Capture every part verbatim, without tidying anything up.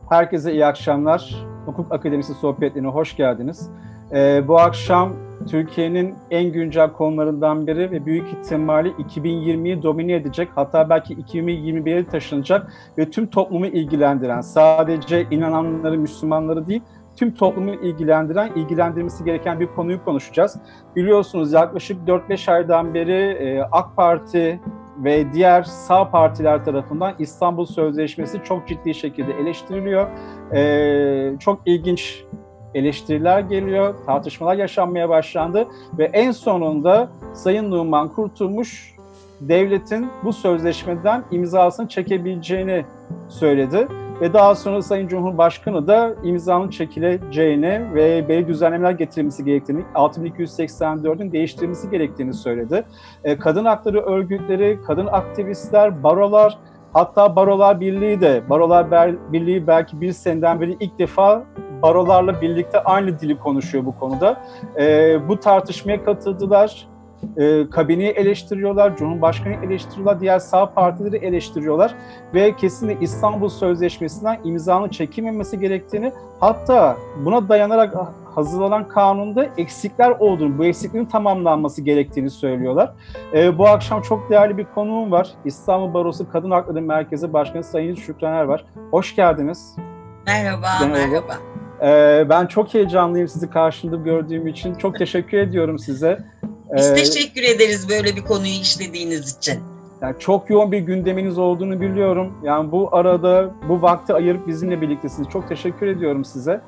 Herkese iyi akşamlar. Hukuk Akademisi sohbetlerine hoş geldiniz. Ee, bu akşam Türkiye'nin en güncel konularından biri ve büyük ihtimalle iki bin yirmiyi domine edecek, hatta belki iki bin yirmi bire taşınacak ve tüm toplumu ilgilendiren, sadece inananları, Müslümanları değil, tüm toplumu ilgilendiren, ilgilendirmesi gereken bir konuyu konuşacağız. Biliyorsunuz yaklaşık dört beş aydan beri e, AK Parti ve diğer sağ partiler tarafından İstanbul Sözleşmesi çok ciddi şekilde eleştiriliyor. Ee, çok ilginç eleştiriler geliyor, tartışmalar yaşanmaya başlandı ve en sonunda Sayın Numan Kurtulmuş devletin bu sözleşmeden imzasını çekebileceğini söyledi. Ve daha sonra Sayın Cumhurbaşkanı da imzanın çekileceğini ve belli düzenlemeler getirilmesi gerektiğini, altı bin iki yüz seksen dördün değiştirilmesi gerektiğini söyledi. Kadın hakları örgütleri, kadın aktivistler, barolar, hatta Barolar Birliği de, Barolar Birliği belki bir seneden beri ilk defa barolarla birlikte aynı dili konuşuyor bu konuda. Bu tartışmaya katıldılar. E, kabineyi eleştiriyorlar, Cumhurbaşkanı'yı eleştiriyorlar, diğer sağ partileri eleştiriyorlar ve kesinlikle İstanbul Sözleşmesi'nden imzanın çekilmemesi gerektiğini, hatta buna dayanarak hazırlanan kanunda eksikler olduğunu, bu eksikliğin tamamlanması gerektiğini söylüyorlar. E, bu akşam çok değerli bir konuğum var. İstanbul Barosu Kadın Hakları Merkezi Başkanı Sayın Şükran Er var. Hoş geldiniz. Merhaba, merhaba. merhaba. E, ben çok heyecanlıyım sizi karşımda gördüğüm için. Çok teşekkür ediyorum size. Biz teşekkür ederiz böyle bir konuyu işlediğiniz için. Yani çok yoğun bir gündeminiz olduğunu biliyorum. Yani bu arada bu vakti ayırıp bizimle birliktesiniz. Çok teşekkür ediyorum size.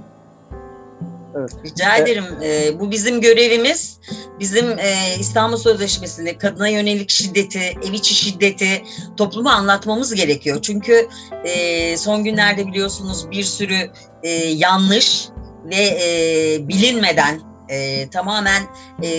Evet. Rica ederim. Ee, bu bizim görevimiz. Bizim e, İstanbul Sözleşmesi'nde kadına yönelik şiddeti, ev içi şiddeti topluma anlatmamız gerekiyor. Çünkü e, son günlerde biliyorsunuz bir sürü e, yanlış ve e, bilinmeden e, tamamen e,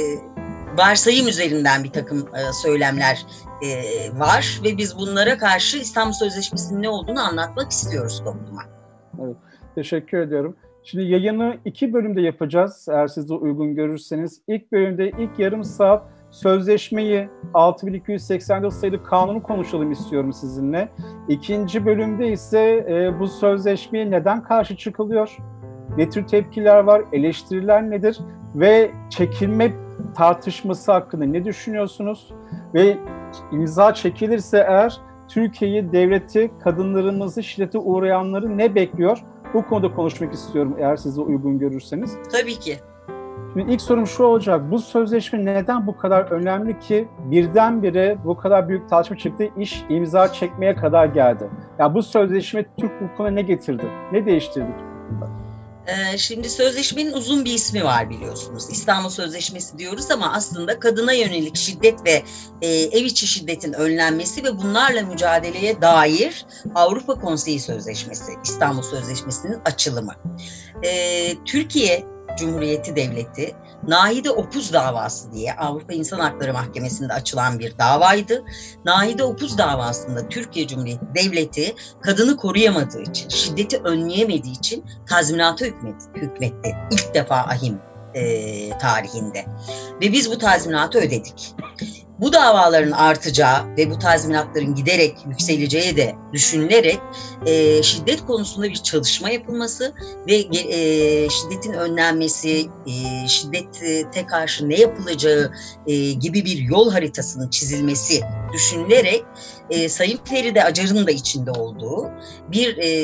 varsayım üzerinden bir takım e, söylemler e, var ve biz bunlara karşı İstanbul Sözleşmesi'nin ne olduğunu anlatmak istiyoruz topluma. Evet, teşekkür ediyorum. Şimdi yayını iki bölümde yapacağız eğer siz de uygun görürseniz. İlk bölümde ilk yarım saat sözleşmeyi, altı bin iki yüz seksen dört sayılı kanunu konuşalım istiyorum sizinle. İkinci bölümde ise e, bu sözleşmeye neden karşı çıkılıyor? Ne tür tepkiler var, eleştiriler nedir ve çekilme tartışması hakkında ne düşünüyorsunuz? Ve imza çekilirse eğer Türkiye'yi, devleti, kadınlarımızı şiddete uğrayanları ne bekliyor? Bu konuda konuşmak istiyorum eğer siz de uygun görürseniz. Tabii ki. Şimdi ilk sorum şu olacak, bu sözleşme neden bu kadar önemli ki birdenbire bu kadar büyük tartışma çıktı, iş imza çekmeye kadar geldi? Yani bu sözleşme Türk hukukuna ne getirdi, ne değiştirdi? Ee, şimdi sözleşmenin uzun bir ismi var biliyorsunuz. İstanbul Sözleşmesi diyoruz ama aslında kadına yönelik şiddet ve e, ev içi şiddetin önlenmesi ve bunlarla mücadeleye dair Avrupa Konseyi Sözleşmesi, İstanbul Sözleşmesi'nin açılımı. Ee, Türkiye Cumhuriyeti Devleti, Nahide Opuz davası diye Avrupa İnsan Hakları Mahkemesi'nde açılan bir davaydı. Nahide Opuz davasında Türkiye Cumhuriyeti Devleti kadını koruyamadığı için, şiddeti önleyemediği için tazminata hükmetti. hükmetti. İlk defa ahim e, tarihinde. Ve biz bu tazminatı ödedik. Bu davaların artacağı ve bu tazminatların giderek yükseleceği de düşünülerek e, şiddet konusunda bir çalışma yapılması ve e, şiddetin önlenmesi, e, şiddete karşı ne yapılacağı e, gibi bir yol haritasının çizilmesi düşünülerek e, Sayın Feride Acar'ın da içinde olduğu bir e,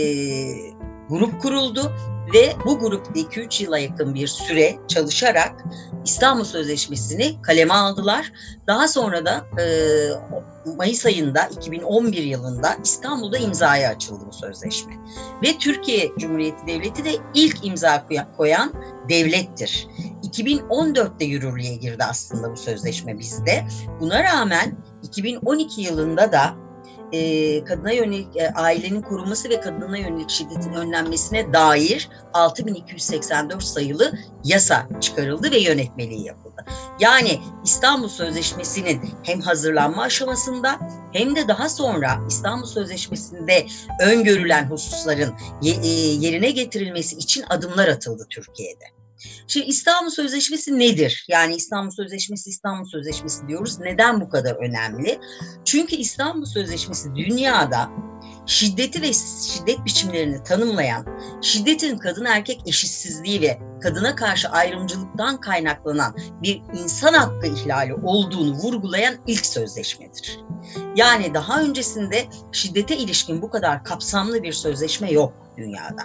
grup kuruldu. Ve bu grupta iki üç yıla yakın bir süre çalışarak İstanbul Sözleşmesi'ni kaleme aldılar. Daha sonra da e, Mayıs ayında iki bin on bir yılında İstanbul'da imzaya açıldı bu sözleşme. Ve Türkiye Cumhuriyeti Devleti de ilk imza koyan devlettir. iki bin on dörtte yürürlüğe girdi aslında bu sözleşme bizde. Buna rağmen iki bin on iki yılında da E, kadına yönelik e, ailenin korunması ve kadına yönelik şiddetin önlenmesine dair altı bin iki yüz seksen dört sayılı yasa çıkarıldı ve yönetmeliği yapıldı. Yani İstanbul Sözleşmesi'nin hem hazırlanma aşamasında hem de daha sonra İstanbul Sözleşmesi'nde öngörülen hususların ye, e, yerine getirilmesi için adımlar atıldı Türkiye'de. Şimdi İstanbul Sözleşmesi nedir? Yani İstanbul Sözleşmesi, İstanbul Sözleşmesi diyoruz. Neden bu kadar önemli? Çünkü İstanbul Sözleşmesi dünyada şiddeti ve şiddet biçimlerini tanımlayan, şiddetin kadın erkek eşitsizliği ve kadına karşı ayrımcılıktan kaynaklanan bir insan hakkı ihlali olduğunu vurgulayan ilk sözleşmedir. Yani daha öncesinde şiddete ilişkin bu kadar kapsamlı bir sözleşme yok dünyada.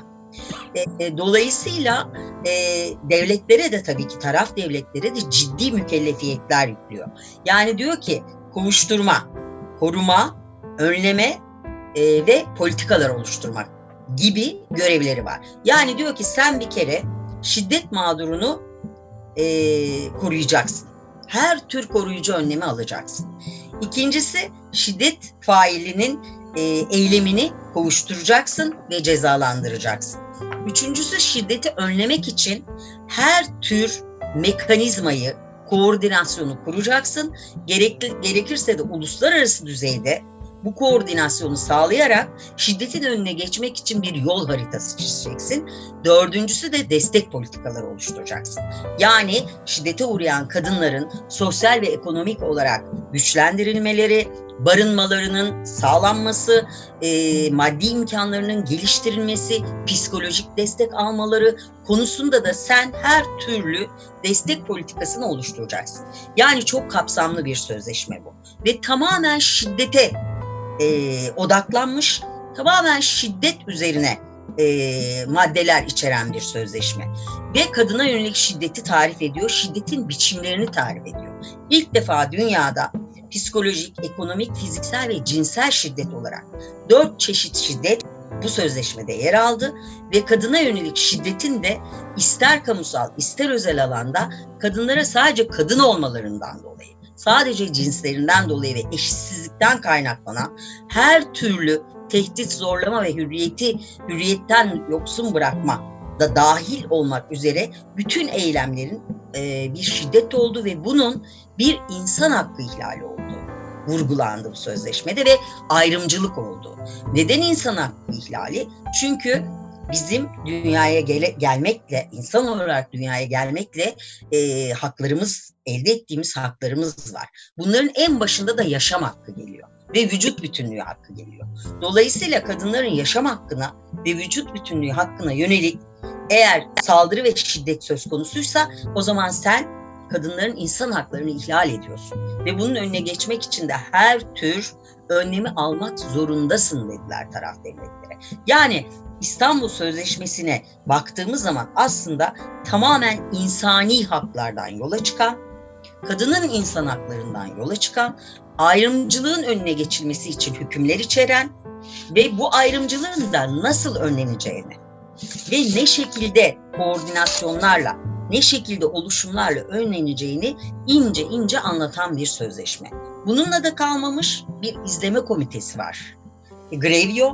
E, dolayısıyla e, devletlere de tabii ki taraf devletlere de ciddi mükellefiyetler yüklüyor. Yani diyor ki kovuşturma, koruma, önleme e, ve politikalar oluşturmak gibi görevleri var. Yani diyor ki sen bir kere şiddet mağdurunu e, koruyacaksın. Her tür koruyucu önlemi alacaksın. İkincisi şiddet failinin e, eylemini kovuşturacaksın ve cezalandıracaksın. Üçüncüsü şiddeti önlemek için her tür mekanizmayı, koordinasyonu kuracaksın. Gerekli, gerekirse de uluslararası düzeyde bu koordinasyonu sağlayarak şiddetin önüne geçmek için bir yol haritası çizeceksin. Dördüncüsü de destek politikaları oluşturacaksın. Yani şiddete uğrayan kadınların sosyal ve ekonomik olarak güçlendirilmeleri, barınmalarının sağlanması, e, maddi imkanlarının geliştirilmesi, psikolojik destek almaları konusunda da sen her türlü destek politikasını oluşturacaksın. Yani çok kapsamlı bir sözleşme bu. Ve tamamen şiddete e, odaklanmış, tamamen şiddet üzerine e, maddeler içeren bir sözleşme. Ve kadına yönelik şiddeti tarif ediyor, şiddetin biçimlerini tarif ediyor. İlk defa dünyada psikolojik, ekonomik, fiziksel ve cinsel şiddet olarak dört çeşit şiddet bu sözleşmede yer aldı ve kadına yönelik şiddetin de ister kamusal, ister özel alanda kadınlara sadece kadın olmalarından dolayı, sadece cinslerinden dolayı ve eşitsizlikten kaynaklanan her türlü tehdit, zorlama ve hürriyeti hürriyetten yoksun bırakma da dahil olmak üzere bütün eylemlerin e, bir şiddet olduğu ve bunun bir insan hakkı ihlali olduğu vurgulandı bu sözleşmede ve ayrımcılık oldu. Neden insan hakkı ihlali? Çünkü bizim dünyaya gele, gelmekle, insan olarak dünyaya gelmekle e, haklarımız, elde ettiğimiz haklarımız var. Bunların en başında da yaşam hakkı geliyor ve vücut bütünlüğü hakkı geliyor. Dolayısıyla kadınların yaşam hakkına ve vücut bütünlüğü hakkına yönelik eğer saldırı ve şiddet söz konusuysa o zaman sen kadınların insan haklarını ihlal ediyorsun. Ve bunun önüne geçmek için de her tür önlemi almak zorundasın dediler taraf devletlere. Yani İstanbul Sözleşmesi'ne baktığımız zaman aslında tamamen insani haklardan yola çıkan, kadının insan haklarından yola çıkan, ayrımcılığın önüne geçilmesi için hükümler içeren ve bu ayrımcılığın da nasıl önleneceğini ve ne şekilde koordinasyonlarla, ne şekilde oluşumlarla önleneceğini ince ince anlatan bir sözleşme. Bununla da kalmamış bir izleme komitesi var. E, Grevio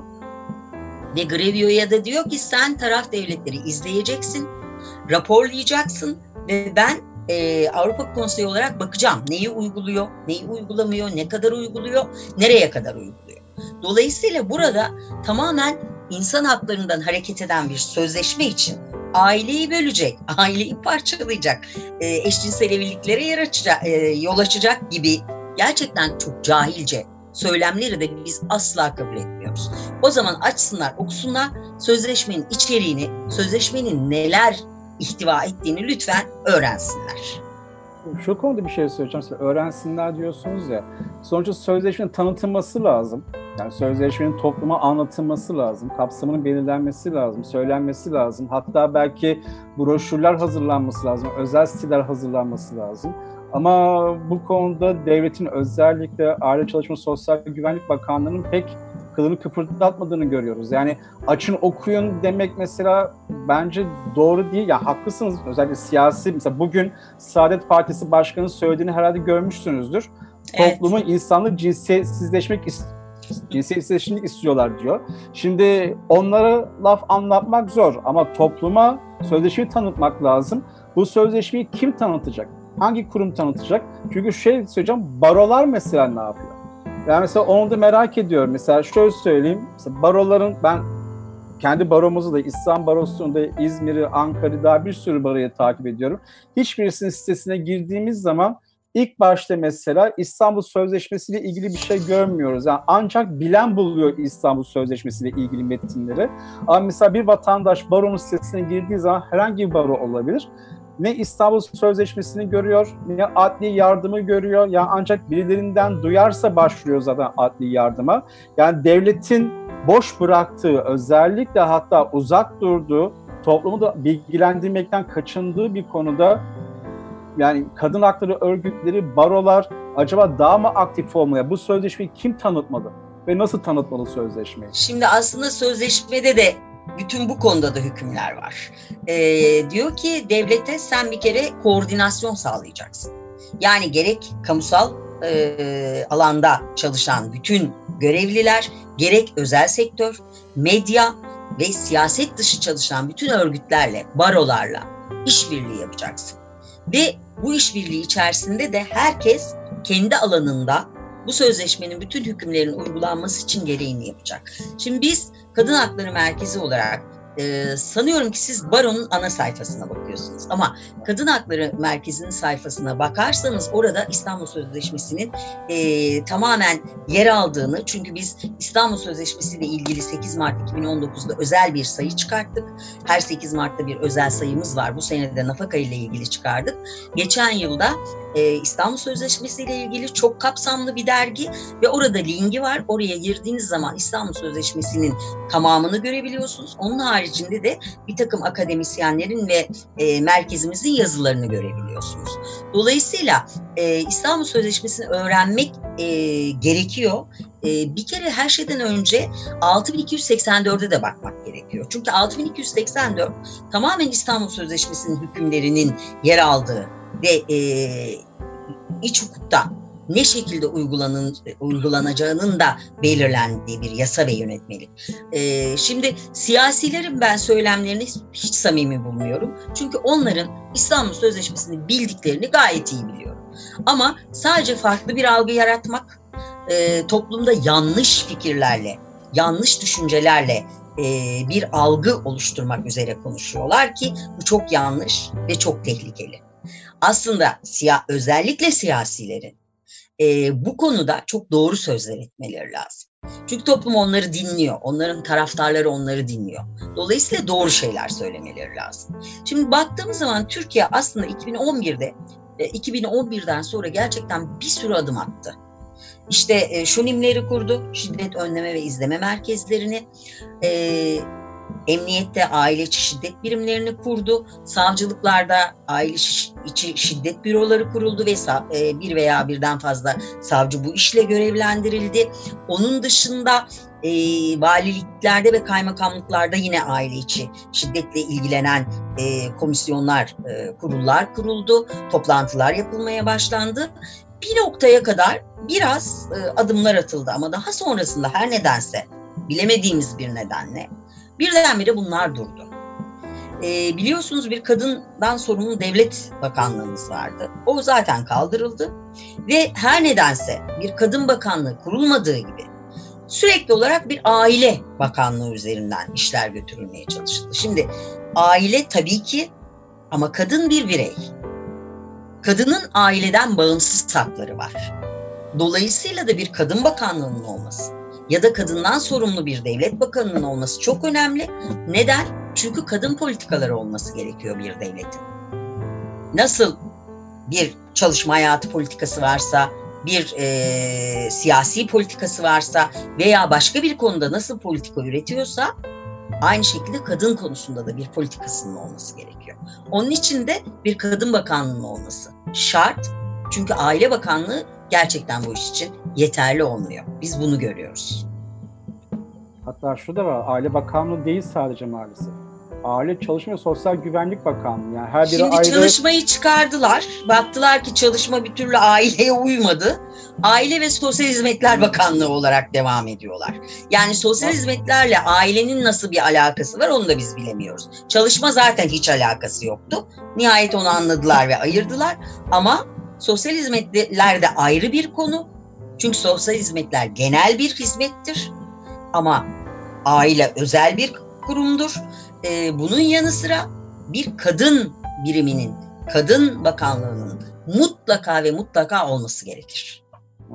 ve Grevio'ya da diyor ki sen taraf devletleri izleyeceksin, raporlayacaksın ve ben e, Avrupa Konseyi olarak bakacağım neyi uyguluyor, neyi uygulamıyor, ne kadar uyguluyor, nereye kadar uyguluyor. Dolayısıyla burada tamamen insan haklarından hareket eden bir sözleşme için aileyi bölecek, aileyi parçalayacak, e, eşcinsel evliliklere yer açacak, e, yol açacak gibi gerçekten çok cahilce söylemleri de biz asla kabul etmiyoruz. O zaman açsınlar, okusunlar, sözleşmenin içeriğini, sözleşmenin neler ihtiva ettiğini lütfen öğrensinler. Şu konuda bir şey söyleyeceğim. Size öğrensinler diyorsunuz ya. Sonuçta sözleşmenin tanıtılması lazım. Yani sözleşmenin topluma anlatılması lazım. Kapsamının belirlenmesi lazım. Söylenmesi lazım. Hatta belki broşürler hazırlanması lazım. Özel siteler hazırlanması lazım. Ama bu konuda devletin özellikle Aile Çalışma Sosyal Güvenlik Bakanlığı'nın pek kılını kıpırdatmadığını görüyoruz. Yani açın okuyun demek mesela bence doğru değil. Ya haklısınız, özellikle siyasi, mesela bugün Saadet Partisi Başkanı söylediğini herhalde görmüşsünüzdür. Evet. Toplumun insanlık cinsiyetsizleşmek cinsiyetsizleşmek istiyorlar diyor. Şimdi onlara laf anlatmak zor ama topluma sözleşmeyi tanıtmak lazım. Bu sözleşmeyi kim tanıtacak? Hangi kurum tanıtacak? Çünkü şey söyleyeceğim, barolar mesela ne yapıyor? Yani mesela onu da merak ediyorum. Mesela şöyle söyleyeyim. Mesela baroların, ben kendi baromuzu da, İslam Barosu'nda İzmir'i, Ankara'yı, daha bir sürü baroyu takip ediyorum. Hiçbirisinin sitesine girdiğimiz zaman ilk başta mesela İstanbul Sözleşmesi ile ilgili bir şey görmüyoruz. Yani ancak bilen buluyor İstanbul Sözleşmesi ile ilgili metinleri. Ama mesela bir vatandaş baronun sitesine girdiği zaman herhangi bir baro olabilir. Ne İstanbul Sözleşmesi'ni görüyor, ne adli yardımı görüyor. Yani ancak birilerinden duyarsa başlıyor zaten adli yardıma. Yani devletin boş bıraktığı, özellikle hatta uzak durduğu, toplumu da bilgilendirmekten kaçındığı bir konuda, yani kadın hakları örgütleri, barolar acaba daha mı aktif olmalı? Bu sözleşmeyi kim tanıtmalı ve nasıl tanıtmalı sözleşmeyi? Şimdi aslında sözleşmede de bütün bu konuda da hükümler var. Ee, diyor ki devlete sen bir kere koordinasyon sağlayacaksın. Yani gerek kamusal e, alanda çalışan bütün görevliler, gerek özel sektör, medya ve siyaset dışı çalışan bütün örgütlerle, barolarla işbirliği yapacaksın. Ve bu işbirliği içerisinde de herkes kendi alanında bu sözleşmenin bütün hükümlerinin uygulanması için gereğini yapacak. Şimdi biz Kadın Hakları Merkezi olarak e, sanıyorum ki siz baronun ana sayfasına bakıyorsunuz. Ama Kadın Hakları Merkezi'nin sayfasına bakarsanız orada İstanbul Sözleşmesi'nin e, tamamen yer aldığını, çünkü biz İstanbul Sözleşmesi ile ilgili sekiz Mart iki bin on dokuzda özel bir sayı çıkarttık. Her sekiz Mart'ta bir özel sayımız var. Bu sene de nafaka ile ilgili çıkardık. Geçen yılda e, İstanbul Sözleşmesi ile ilgili çok kapsamlı bir dergi ve orada linki var. Oraya girdiğiniz zaman İstanbul Sözleşmesi'nin tamamını görebiliyorsunuz. Onun haricinde de bir takım akademisyenlerin ve e, merkezimizin yazılarını görebiliyorsunuz. Dolayısıyla e, İstanbul Sözleşmesi'ni öğrenmek e, gerekiyor. E, bir kere her şeyden önce altı bin iki yüz seksen dört'e de bakmak gerekiyor. Çünkü altı bin iki yüz seksen dört tamamen İstanbul Sözleşmesi'nin hükümlerinin yer aldığı ve e, iç hukukta ne şekilde uygulanın, uygulanacağının da belirlendiği bir yasa ve yönetmelik. Ee, şimdi siyasilerin ben söylemlerini hiç samimi bulmuyorum. Çünkü onların İstanbul Sözleşmesi'ni bildiklerini gayet iyi biliyorum. Ama sadece farklı bir algı yaratmak, e, toplumda yanlış fikirlerle, yanlış düşüncelerle e, bir algı oluşturmak üzere konuşuyorlar ki bu çok yanlış ve çok tehlikeli. Aslında siya, özellikle siyasilerin e, bu konuda çok doğru sözler etmeleri lazım. Çünkü toplum onları dinliyor, onların taraftarları onları dinliyor. Dolayısıyla doğru şeyler söylemeleri lazım. Şimdi baktığımız zaman Türkiye aslında iki bin on bir'de, e, iki bin on bir'den sonra gerçekten bir sürü adım attı. İşte e, şunimleri kurdu, şiddet önleme ve izleme merkezlerini, e, emniyette aile içi şiddet birimlerini kurdu. Savcılıklarda aile içi şiddet büroları kuruldu ve bir veya birden fazla savcı bu işle görevlendirildi. Onun dışında e, valiliklerde ve kaymakamlıklarda yine aile içi şiddetle ilgilenen e, komisyonlar, e, kurullar kuruldu. Toplantılar yapılmaya başlandı. Bir noktaya kadar biraz e, adımlar atıldı ama daha sonrasında her nedense, bilemediğimiz bir nedenle birdenbire bunlar durdu. E, biliyorsunuz bir kadından sorumlu devlet bakanlığımız vardı. O zaten kaldırıldı ve her nedense bir kadın bakanlığı kurulmadığı gibi sürekli olarak bir aile bakanlığı üzerinden işler götürülmeye çalışıldı. Şimdi aile tabii ki, ama kadın bir birey. Kadının aileden bağımsız hakları var. Dolayısıyla da bir kadın bakanlığının olması ya da kadından sorumlu bir devlet bakanının olması çok önemli. Neden? Çünkü kadın politikaları olması gerekiyor bir devletin. Nasıl bir çalışma hayatı politikası varsa, bir e, siyasi politikası varsa veya başka bir konuda nasıl politika üretiyorsa, aynı şekilde kadın konusunda da bir politikasının olması gerekiyor. Onun için de bir kadın bakanlığının olması şart. Çünkü Aile Bakanlığı gerçekten bu iş için yeterli olmuyor. Biz bunu görüyoruz. Hatta şu da var, Aile Bakanlığı değil sadece maalesef. Aile, Çalışma ve Sosyal Güvenlik Bakanlığı. Yani her biri Şimdi ayrı... çalışmayı çıkardılar. Baktılar ki çalışma bir türlü aileye uymadı. Aile ve Sosyal Hizmetler Bakanlığı olarak devam ediyorlar. Yani sosyal hizmetlerle ailenin nasıl bir alakası var onu da biz bilemiyoruz. Çalışma zaten hiç alakası yoktu. Nihayet onu anladılar ve ayırdılar. Ama sosyal hizmetler de ayrı bir konu. Çünkü sosyal hizmetler genel bir hizmettir. Ama aile özel bir kurumdur. Ee, bunun yanı sıra bir kadın biriminin, kadın bakanlığının mutlaka ve mutlaka olması gerekir.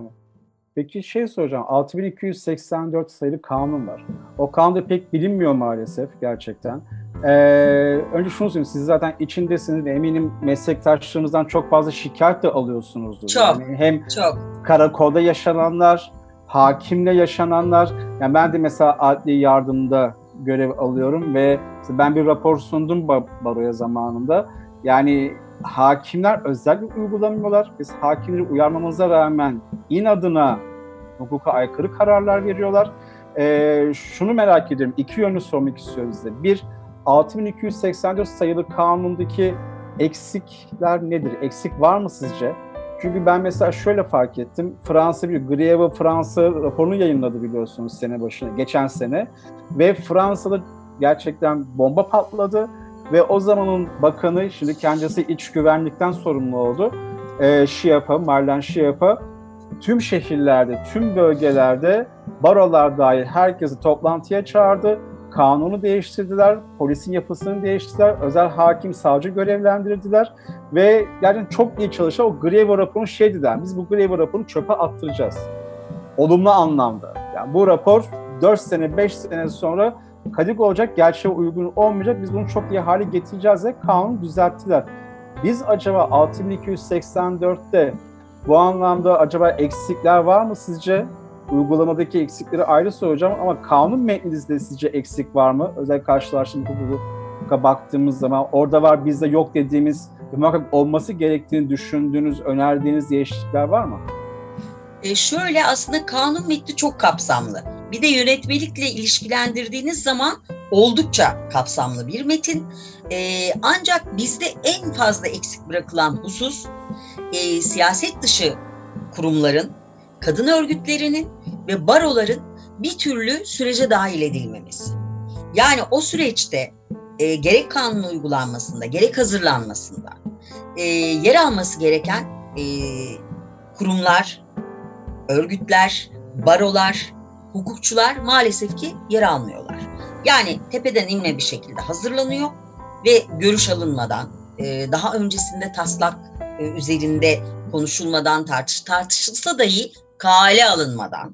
Peki şey soracağım, altı bin iki yüz seksen dört sayılı kanun var. O kanun da pek bilinmiyor maalesef gerçekten. Ee, önce şunu söyleyeyim, siz zaten içindesiniz ve eminim meslektaşlarınızdan çok fazla şikayet de alıyorsunuzdur. Çok, yani hem çok. karakolda yaşananlar, hakimle yaşananlar. Yani ben de mesela adli yardımda görev alıyorum ve ben bir rapor sundum baroya zamanında. Yani hakimler özellikle uygulamıyorlar. Biz hakimleri uyarmamıza rağmen inadına hukuka aykırı kararlar veriyorlar. Ee, şunu merak ediyorum, iki yönlü sormak istiyorum size. Bir, altı bin iki yüz seksen dört sayılı kanundaki eksikler nedir? Eksik var mı sizce? Çünkü ben mesela şöyle fark ettim. Fransa bir Grève Fransa raporunu yayınladı biliyorsunuz sene başına, geçen sene. Ve Fransa'da gerçekten bomba patladı. Ve o zamanın bakanı, şimdi kendisi iç güvenlikten sorumlu oldu. E, Schiappa, Marlene Schiappa, tüm şehirlerde, tüm bölgelerde barolar dahil herkesi toplantıya çağırdı. Kanunu değiştirdiler, polisin yapısını değiştirdiler, özel hakim, savcı görevlendirdiler ve yani çok iyi çalışan o Grève raporunu şey dediler, biz bu Grève raporunu çöpe attıracağız. Olumlu anlamda. Yani bu rapor dört sene, beş sene sonra kadık olacak, gerçeğe uygun olmayacak, biz bunu çok iyi hale getireceğiz ve kanunu düzelttiler. Biz acaba altı bin iki yüz seksen dörtte bu anlamda acaba eksikler var mı sizce? Uygulamadaki eksikleri ayrı soracağım ama kanun metninizde sizce eksik var mı? Özel karşılaştırma hukuka baktığımız zaman orada var, bizde yok dediğimiz ve muhakkak olması gerektiğini düşündüğünüz, önerdiğiniz değişiklikler var mı? E şöyle, aslında kanun metni çok kapsamlı. Bir de yönetmelikle ilişkilendirdiğiniz zaman oldukça kapsamlı bir metin. E, ancak bizde en fazla eksik bırakılan husus e, siyaset dışı kurumların, kadın örgütlerinin ve baroların bir türlü sürece dahil edilmemesi. Yani o süreçte e, gerek kanun uygulanmasında, gerek hazırlanmasında e, yer alması gereken e, kurumlar, örgütler, barolar, hukukçular maalesef ki yer almıyorlar. Yani tepeden inme bir şekilde hazırlanıyor ve görüş alınmadan, e, daha öncesinde taslak e, üzerinde konuşulmadan, tartış, tartışılsa dahi kale alınmadan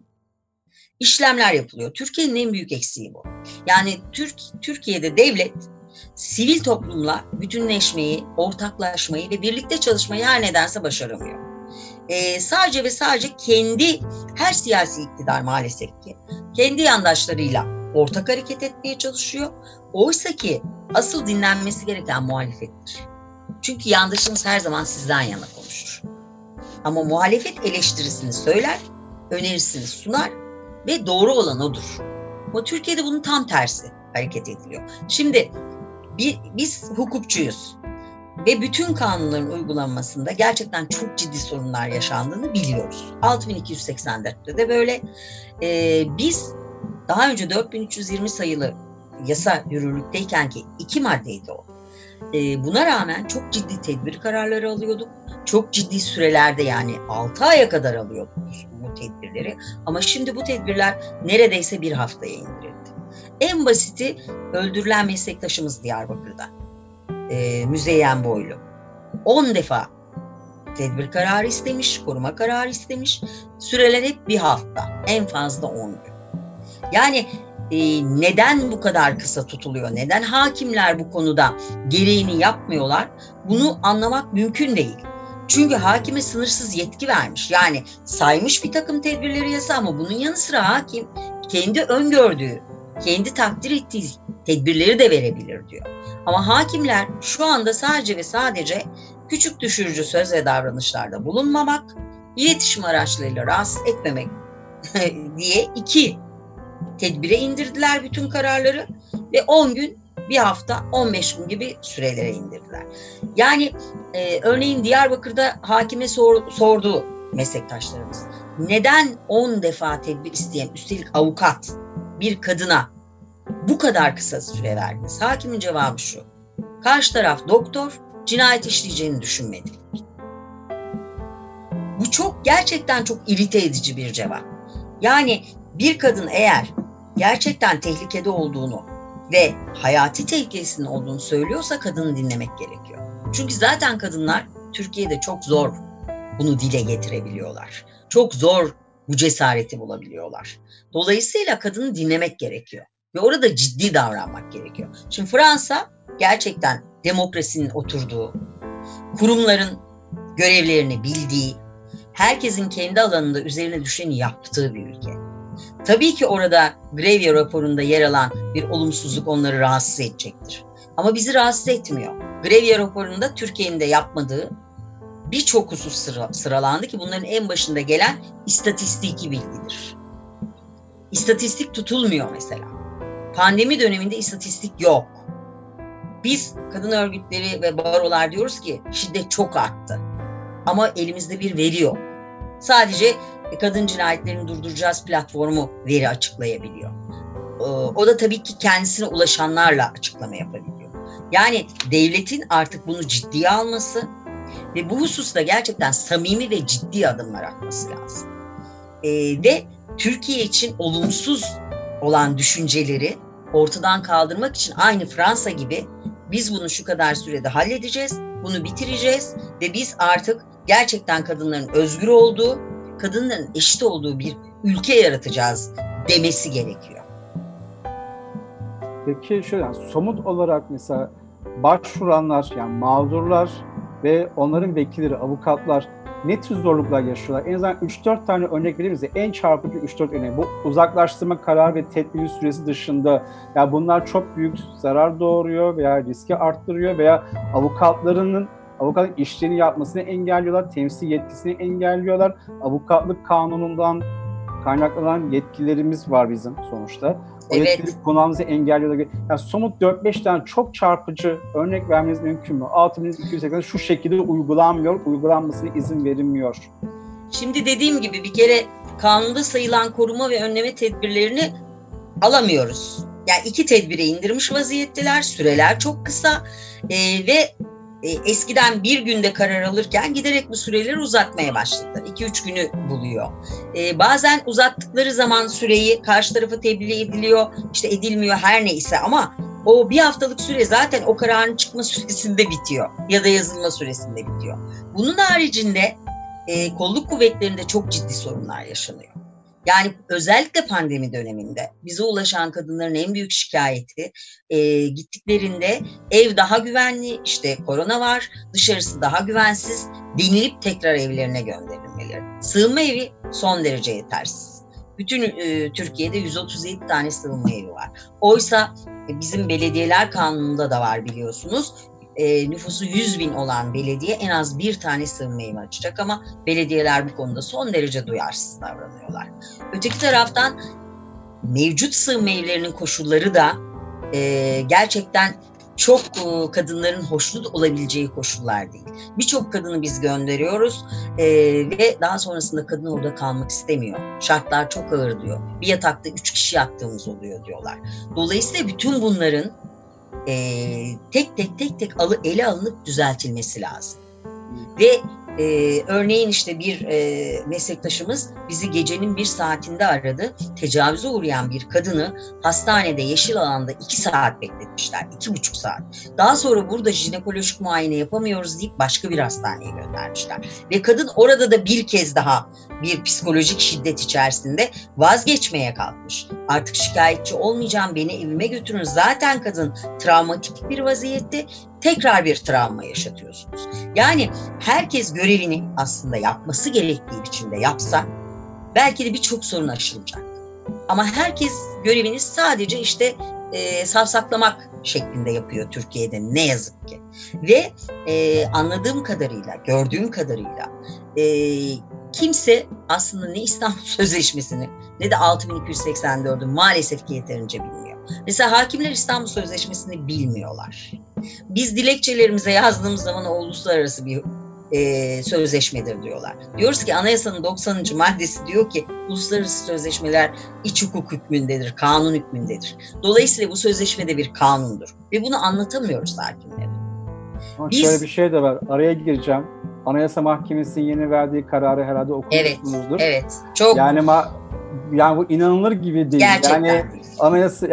işlemler yapılıyor. Türkiye'nin en büyük eksiği bu. Yani Türk, Türkiye'de devlet sivil toplumla bütünleşmeyi, ortaklaşmayı ve birlikte çalışmayı her nedense başaramıyor. Ee, sadece ve sadece kendi, her siyasi iktidar maalesef ki kendi yandaşlarıyla ortak hareket etmeye çalışıyor. Oysa ki asıl dinlenmesi gereken muhalefettir. Çünkü yandaşınız her zaman sizden yana konuşur. Ama muhalefet eleştirisini söyler, önerisini sunar ve doğru olan odur. Ama Türkiye'de bunun tam tersi hareket ediliyor. Şimdi bir, biz hukukçuyuz ve bütün kanunların uygulanmasında gerçekten çok ciddi sorunlar yaşandığını biliyoruz. altı bin iki yüz seksen dörtte de böyle. Ee, biz daha önce dört bin üç yüz yirmi sayılı yasa yürürlükteyken ki iki maddeydi o. Ee, buna rağmen çok ciddi tedbir kararları alıyorduk. Çok ciddi sürelerde, yani altı aya kadar alıyorduk bu tedbirleri. Ama şimdi bu tedbirler neredeyse bir haftaya indirildi. En basiti öldürülen meslektaşımız Diyarbakır'da. Ee, Müzeyyen Boylu. on defa tedbir kararı istemiş, koruma kararı istemiş. Süreler hep bir hafta, en fazla on gün. Yani e, neden bu kadar kısa tutuluyor? Neden hakimler bu konuda gereğini yapmıyorlar? Bunu anlamak mümkün değil. Çünkü hakime sınırsız yetki vermiş. Yani saymış bir takım tedbirleri yasa ama bunun yanı sıra hakim kendi öngördüğü, kendi takdir ettiği tedbirleri de verebilir diyor. Ama hakimler şu anda sadece ve sadece küçük düşürücü söz ve davranışlarda bulunmamak, iletişim araçlarıyla rahatsız etmemek diye iki tedbire indirdiler bütün kararları ve on gün, bir hafta, on beş gün gibi sürelere indirdiler. Yani e, örneğin Diyarbakır'da hakime sor, sordu meslektaşlarımız. Neden on defa tedbir isteyen, üstelik avukat bir kadına bu kadar kısa süre verdiniz? Hakimin cevabı şu: karşı taraf doktor, cinayet işleyeceğini düşünmedi. Bu çok, gerçekten çok irite edici bir cevap. Yani bir kadın eğer gerçekten tehlikede olduğunu ve hayati tehlikesinin olduğunu söylüyorsa kadını dinlemek gerekiyor. Çünkü zaten kadınlar Türkiye'de çok zor bunu dile getirebiliyorlar. Çok zor bu cesareti bulabiliyorlar. Dolayısıyla kadını dinlemek gerekiyor. Ve orada ciddi davranmak gerekiyor. Şimdi Fransa gerçekten demokrasinin oturduğu, kurumların görevlerini bildiği, herkesin kendi alanında üzerine düşeni yaptığı bir ülke. Tabii ki orada Grevio raporunda yer alan bir olumsuzluk onları rahatsız edecektir. Ama bizi rahatsız etmiyor. Grevio raporunda Türkiye'nin de yapmadığı birçok husus sıra, sıralandı ki bunların en başında gelen istatistiki bilgidir. İstatistik tutulmuyor mesela. Pandemi döneminde istatistik yok. Biz kadın örgütleri ve barolar diyoruz ki şiddet çok arttı. Ama elimizde bir veri yok. Sadece kadın cinayetlerini durduracağız platformu veri açıklayabiliyor. O da tabii ki kendisine ulaşanlarla açıklama yapabiliyor. Yani devletin artık bunu ciddiye alması ve bu hususta gerçekten samimi ve ciddi adımlar atması lazım. Ee, ve Türkiye için olumsuz olan düşünceleri ortadan kaldırmak için aynı Fransa gibi biz bunu şu kadar sürede halledeceğiz, bunu bitireceğiz ve biz artık gerçekten kadınların özgür olduğu, kadınların eşit olduğu bir ülke yaratacağız demesi gerekiyor. Peki şöyle yani somut olarak mesela başvuranlar yani mağdurlar ve onların vekilleri, avukatlar ne tür zorluklar yaşıyorlar? En azından üç dört tane örnek verir misin? En çarpıcı üç dört örnek. Bu uzaklaştırma kararı ve tedbiri süresi dışında ya bunlar çok büyük zarar doğuruyor veya riski arttırıyor veya avukatlarının avukatlık işlerini yapmasını engelliyorlar, temsil yetkisini engelliyorlar. Avukatlık kanunundan kaynaklanan yetkilerimiz var bizim sonuçta. O evet. yetkileri kullanmamızı engelliyorlar. Yani somut dört beş tane çok çarpıcı örnek vermeniz mümkün mü? altı bin iki yüz seksen şu şekilde uygulanmıyor, uygulanmasına izin verilmiyor. Şimdi dediğim gibi bir kere kanunda sayılan koruma ve önleme tedbirlerini alamıyoruz. Yani iki tedbire indirmiş vaziyetteler, süreler çok kısa ee, ve eskiden bir günde karar alırken giderek bu süreleri uzatmaya başladılar. iki üç günü buluyor. Ee, bazen uzattıkları zaman süreyi karşı tarafa tebliğ ediliyor, işte edilmiyor her neyse ama o bir haftalık süre zaten o kararın çıkma süresinde bitiyor ya da yazılma süresinde bitiyor. Bunun haricinde e, kolluk kuvvetlerinde çok ciddi sorunlar yaşanıyor. Yani özellikle pandemi döneminde bize ulaşan kadınların en büyük şikayeti e, gittiklerinde ev daha güvenli, işte korona var, dışarısı daha güvensiz denilip tekrar evlerine gönderilmeleri. Sığınma evi son derece yetersiz. Bütün e, Türkiye'de yüz otuz yedi tane sığınma evi var. Oysa e, bizim belediyeler kanununda da var biliyorsunuz. E, nüfusu yüz bin olan belediye en az bir tane sığınma evi açacak ama belediyeler bu konuda son derece duyarsız davranıyorlar. Öteki taraftan mevcut sığınma evlerinin koşulları da e, gerçekten çok e, kadınların hoşnut olabileceği koşullar değil. Birçok kadını biz gönderiyoruz e, ve daha sonrasında kadın orada kalmak istemiyor. Şartlar çok ağır diyor. Bir yatakta üç kişi yattığımız oluyor diyorlar. Dolayısıyla bütün bunların e, tek tek tek tek alı, ele alınıp düzeltilmesi lazım. Ve Ee, örneğin işte bir e, meslektaşımız bizi gecenin bir saatinde aradı. Tecavüze uğrayan bir kadını hastanede yeşil alanda iki saat bekletmişler. iki buçuk saat. Daha sonra burada jinekolojik muayene yapamıyoruz deyip başka bir hastaneye göndermişler. Ve kadın orada da bir kez daha bir psikolojik şiddet içerisinde vazgeçmeye kalkmış. Artık şikayetçi olmayacağım, beni evime götürün. Zaten kadın travmatik bir vaziyette, tekrar bir travma yaşatıyorsunuz. Yani herkes görevini aslında yapması gerektiği biçimde yapsa belki de birçok sorun aşılacak. Ama herkes görevini sadece işte e, savsaklamak şeklinde yapıyor Türkiye'de ne yazık ki. Ve e, anladığım kadarıyla, gördüğüm kadarıyla e, kimse aslında ne İstanbul Sözleşmesi'ni ne de altı bin iki yüz seksen dördü maalesef ki yeterince bilmiyor. Mesela hakimler İstanbul Sözleşmesi'ni bilmiyorlar. Biz dilekçelerimize yazdığımız zaman o uluslararası bir e, sözleşmedir diyorlar. Diyoruz ki anayasanın doksanıncı maddesi diyor ki uluslararası sözleşmeler iç hukuk hükmündedir, kanun hükmündedir. Dolayısıyla bu sözleşme de bir kanundur. Ve bunu anlatamıyoruz hakimlere. Ama Biz, şöyle bir şey de var, araya gireceğim. Anayasa Mahkemesi'nin yeni verdiği kararı herhalde okumuşsunuzdur. Evet, evet. Çok. Yani ma- yani bu inanılır gibi değil. Gerçekten yani değil. Anayasa yani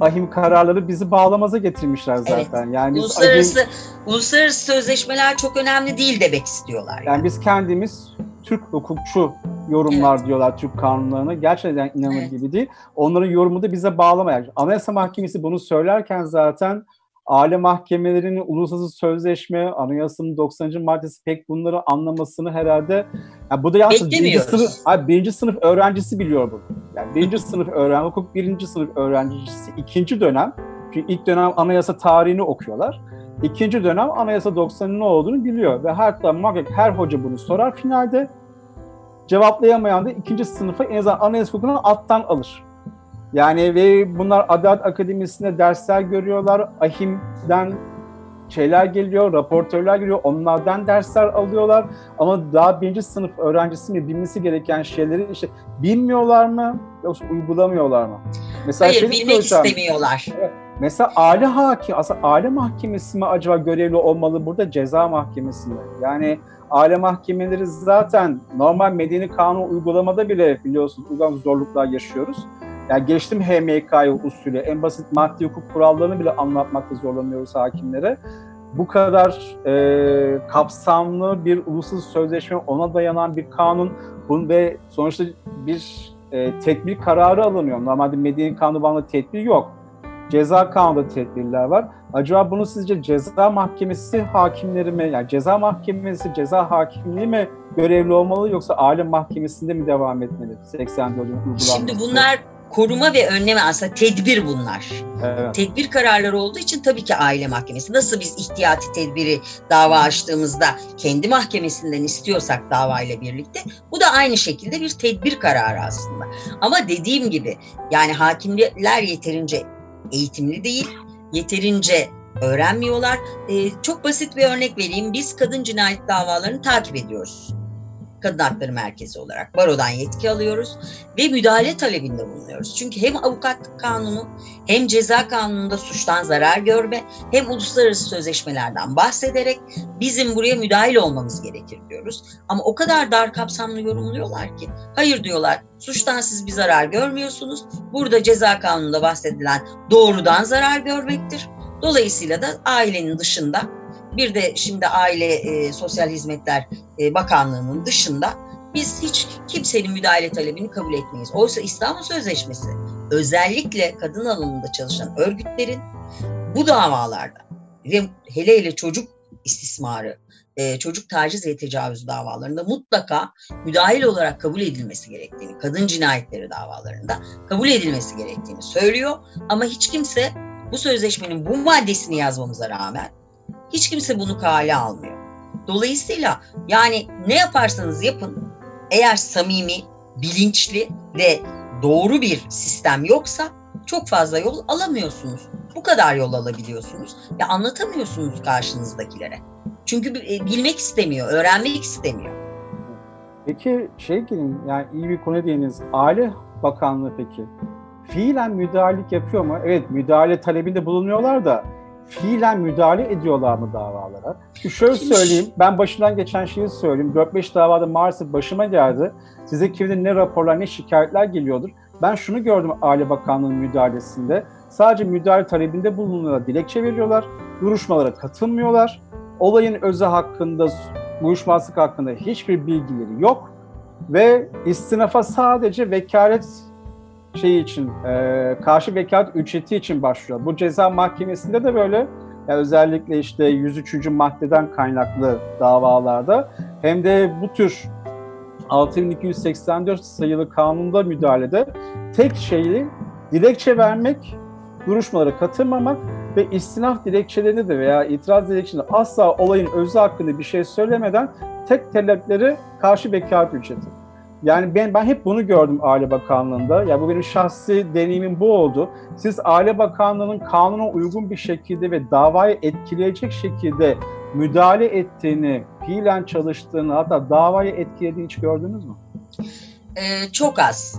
ahim kararları bizi bağlamaza getirmişler zaten. Evet. Yani biz uluslararası ahim, uluslararası sözleşmeler çok önemli değil demek istiyorlar. Yani, yani biz kendimiz Türk hukukçu yorumlar evet. diyorlar Türk kanunlarına. Gerçekten inanılır evet. gibi değil. Onların yorumu da bize bağlamayan. Anayasa Mahkemesi bunu söylerken zaten aile mahkemelerinin uluslararası sözleşme, anayasanın doksanıncı maddesi pek bunları anlamasını herhalde, yani bu da yalnız birinci sınıf, abi birinci sınıf öğrencisi biliyor bunu. Yani birinci sınıf öğrenci, hukuk birinci sınıf öğrencisi ikinci dönem, çünkü ilk dönem anayasa tarihini okuyorlar. İkinci dönem anayasa doksanın ne olduğunu biliyor ve hatta muhakkak her hoca bunu sorar finalde. Cevaplayamayan da ikinci sınıfa en azından anayasa hukukunu alttan alır. Yani ve bunlar Adalet Akademisi'nde dersler görüyorlar. Ahim'den şeyler geliyor, raportörler geliyor. Onlardan dersler alıyorlar. Ama daha birinci sınıf öğrencisi mi bilmesi gereken şeyleri işte bilmiyorlar mı yoksa uygulamıyorlar mı? Mesela Hayır, bilmek istemiyorlar. Evet. Mesela aile hakim, aslında aile mahkemesi mi acaba görevli olmalı burada, ceza mahkemesi mi? Yani aile mahkemeleri zaten normal medeni kanun uygulamada bile biliyorsunuz uygulama zorluklar yaşıyoruz. Yani geçtim H M K usulü, en basit maddi hukuk kurallarını bile anlatmakta zorlanıyoruz hakimlere. Bu kadar e, kapsamlı bir uluslararası sözleşme, ona dayanan bir kanun bunun ve sonuçta bir e, tedbir kararı alınıyor. Normalde medeni kanun bağlamında tedbir yok. Ceza kanununda tedbirler var. Acaba bunu sizce ceza mahkemesi hakimleri mi, yani ceza mahkemesi, ceza hakimliği mi görevli olmalı yoksa aile mahkemesinde mi devam etmeli? seksen dördün uygulanması. Şimdi bunlar koruma ve önleme, aslında tedbir bunlar. Evet. Tedbir kararları olduğu için tabii ki aile mahkemesi. Nasıl biz ihtiyati tedbiri dava açtığımızda kendi mahkemesinden istiyorsak davayla birlikte, bu da aynı şekilde bir tedbir kararı aslında. Ama dediğim gibi yani hakimler yeterince eğitimli değil, yeterince öğrenmiyorlar. Ee, çok basit bir örnek vereyim. Biz kadın cinayet davalarını takip ediyoruz. Kadın Hakları Merkezi olarak barodan yetki alıyoruz ve müdahale talebinde bulunuyoruz. Çünkü hem avukatlık kanunu hem ceza kanununda suçtan zarar görme hem uluslararası sözleşmelerden bahsederek bizim buraya müdahil olmamız gerekir diyoruz. Ama o kadar dar kapsamlı yorumluyorlar ki hayır diyorlar, suçtan siz bir zarar görmüyorsunuz. Burada ceza kanununda bahsedilen doğrudan zarar görmektir. Dolayısıyla da ailenin dışında, bir de şimdi Aile e, Sosyal Hizmetler e, Bakanlığı'nın dışında biz hiç kimsenin müdahale talebini kabul etmeyiz. Oysa İstanbul Sözleşmesi özellikle kadın alanında çalışan örgütlerin bu davalarda ve hele hele çocuk istismarı, e, çocuk taciz ve tecavüz davalarında mutlaka müdahil olarak kabul edilmesi gerektiğini, kadın cinayetleri davalarında kabul edilmesi gerektiğini söylüyor. Ama hiç kimse bu sözleşmenin bu maddesini yazmamıza rağmen hiç kimse bunu kale almıyor. Dolayısıyla yani ne yaparsanız yapın, eğer samimi, bilinçli ve doğru bir sistem yoksa çok fazla yol alamıyorsunuz. Bu kadar yol alabiliyorsunuz ve anlatamıyorsunuz karşınızdakilere. Çünkü bilmek istemiyor, öğrenmek istemiyor. Peki şey gelin, yani iyi bir konu değiniz. Aile Bakanlığı peki fiilen müdahalelik yapıyor mu? Evet, müdahale talebinde bulunuyorlar da fiilen müdahale ediyorlar mı davalara? Çünkü şöyle söyleyeyim, ben başından geçen şeyi söyleyeyim. dört beş davada maalesef başıma geldi. Size kimde ne raporlar, ne şikayetler geliyordur. Ben şunu gördüm Aile Bakanlığı'nın müdahalesinde. Sadece müdahale talebinde bulunuyorlar, dilekçe veriyorlar, duruşmalara katılmıyorlar. Olayın özü hakkında, uyuşmazlık hakkında hiçbir bilgileri yok. Ve istinafa sadece vekalet şey için, e, karşı vekalet ücreti için başlıyor. Bu ceza mahkemesinde de böyle, yani özellikle işte yüz üçüncü maddeden kaynaklı davalarda hem de bu tür altı bin iki yüz seksen dört sayılı kanunda müdahalede tek şeyi dilekçe vermek, duruşmalara katılmamak ve istinaf dilekçelerinde de veya itiraz dilekçelerinde asla olayın özü hakkında bir şey söylemeden tek talepleri karşı vekalet ücreti. Yani ben ben hep bunu gördüm Aile Bakanlığı'nda. Ya bu benim şahsi deneyimim bu oldu. Siz Aile Bakanlığı'nın kanuna uygun bir şekilde ve davayı etkileyecek şekilde müdahale ettiğini, fiilen çalıştığını, hatta davayı etkilediğini hiç gördünüz mü? Ee, çok az.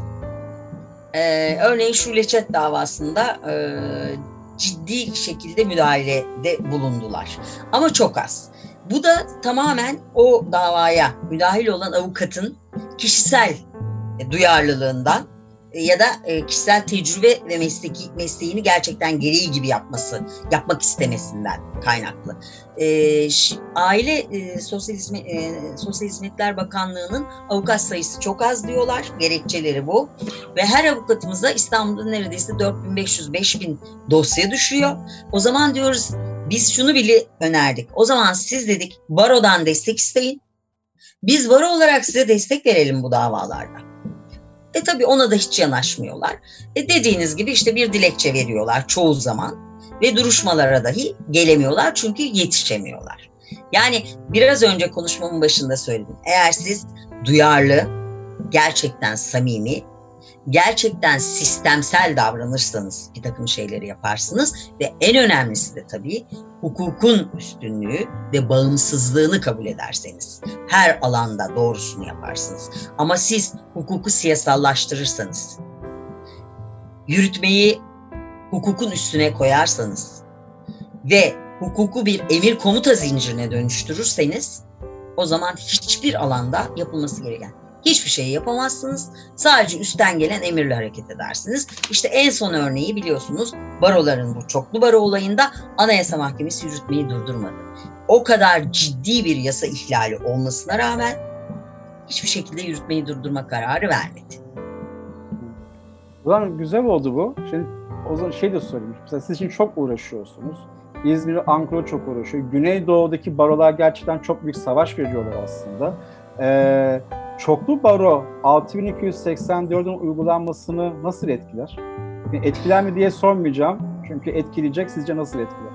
Ee, örneğin Şule Çet davasında e, ciddi şekilde müdahalede bulundular. Ama çok az. Bu da tamamen o davaya müdahil olan avukatın kişisel duyarlılığından ya da e, kişisel tecrübe ve mesleki mesleğini gerçekten gereği gibi yapması, yapmak istemesinden kaynaklı. E, ş, Aile e, Sosyal, Hizmet, e, Sosyal Hizmetler Bakanlığı'nın avukat sayısı çok az diyorlar. Gerekçeleri bu. Ve her avukatımıza İstanbul'da neredeyse dört bin beş yüz beş bin dosya düşüyor. O zaman diyoruz, biz şunu bile önerdik. O zaman siz dedik barodan destek isteyin. Biz baro olarak size destek verelim bu davalarda. E tabii ona da hiç yanaşmıyorlar. E dediğiniz gibi işte bir dilekçe veriyorlar çoğu zaman ve duruşmalara dahi gelemiyorlar çünkü yetişemiyorlar. Yani biraz önce konuşmamın başında söyledim. Eğer siz duyarlı, gerçekten samimi, gerçekten sistemsel davranırsanız bir takım şeyleri yaparsınız ve en önemlisi de tabii hukukun üstünlüğü ve bağımsızlığını kabul ederseniz her alanda doğrusunu yaparsınız. Ama siz hukuku siyasallaştırırsanız, yürütmeyi hukukun üstüne koyarsanız ve hukuku bir emir komuta zincirine dönüştürürseniz o zaman hiçbir alanda yapılması gereken hiçbir şey yapamazsınız. Sadece üstten gelen emirle hareket edersiniz. İşte en son örneği biliyorsunuz, baroların bu çoklu baro olayında Anayasa Mahkemesi yürütmeyi durdurmadı. O kadar ciddi bir yasa ihlali olmasına rağmen hiçbir şekilde yürütmeyi durdurma kararı vermedi. Ulan güzel oldu bu. Şimdi o zaman şey de sorayım. Mesela siz için çok uğraşıyorsunuz. İzmir, Ankara çok uğraşıyor. Güneydoğu'daki barolar gerçekten çok büyük savaş veriyorlar aslında. Ee, çoklu baro altı bin iki yüz seksen dördün uygulanmasını nasıl etkiler? Yani etkiler mi diye sormayacağım. Çünkü etkileyecek. Sizce nasıl etkiler?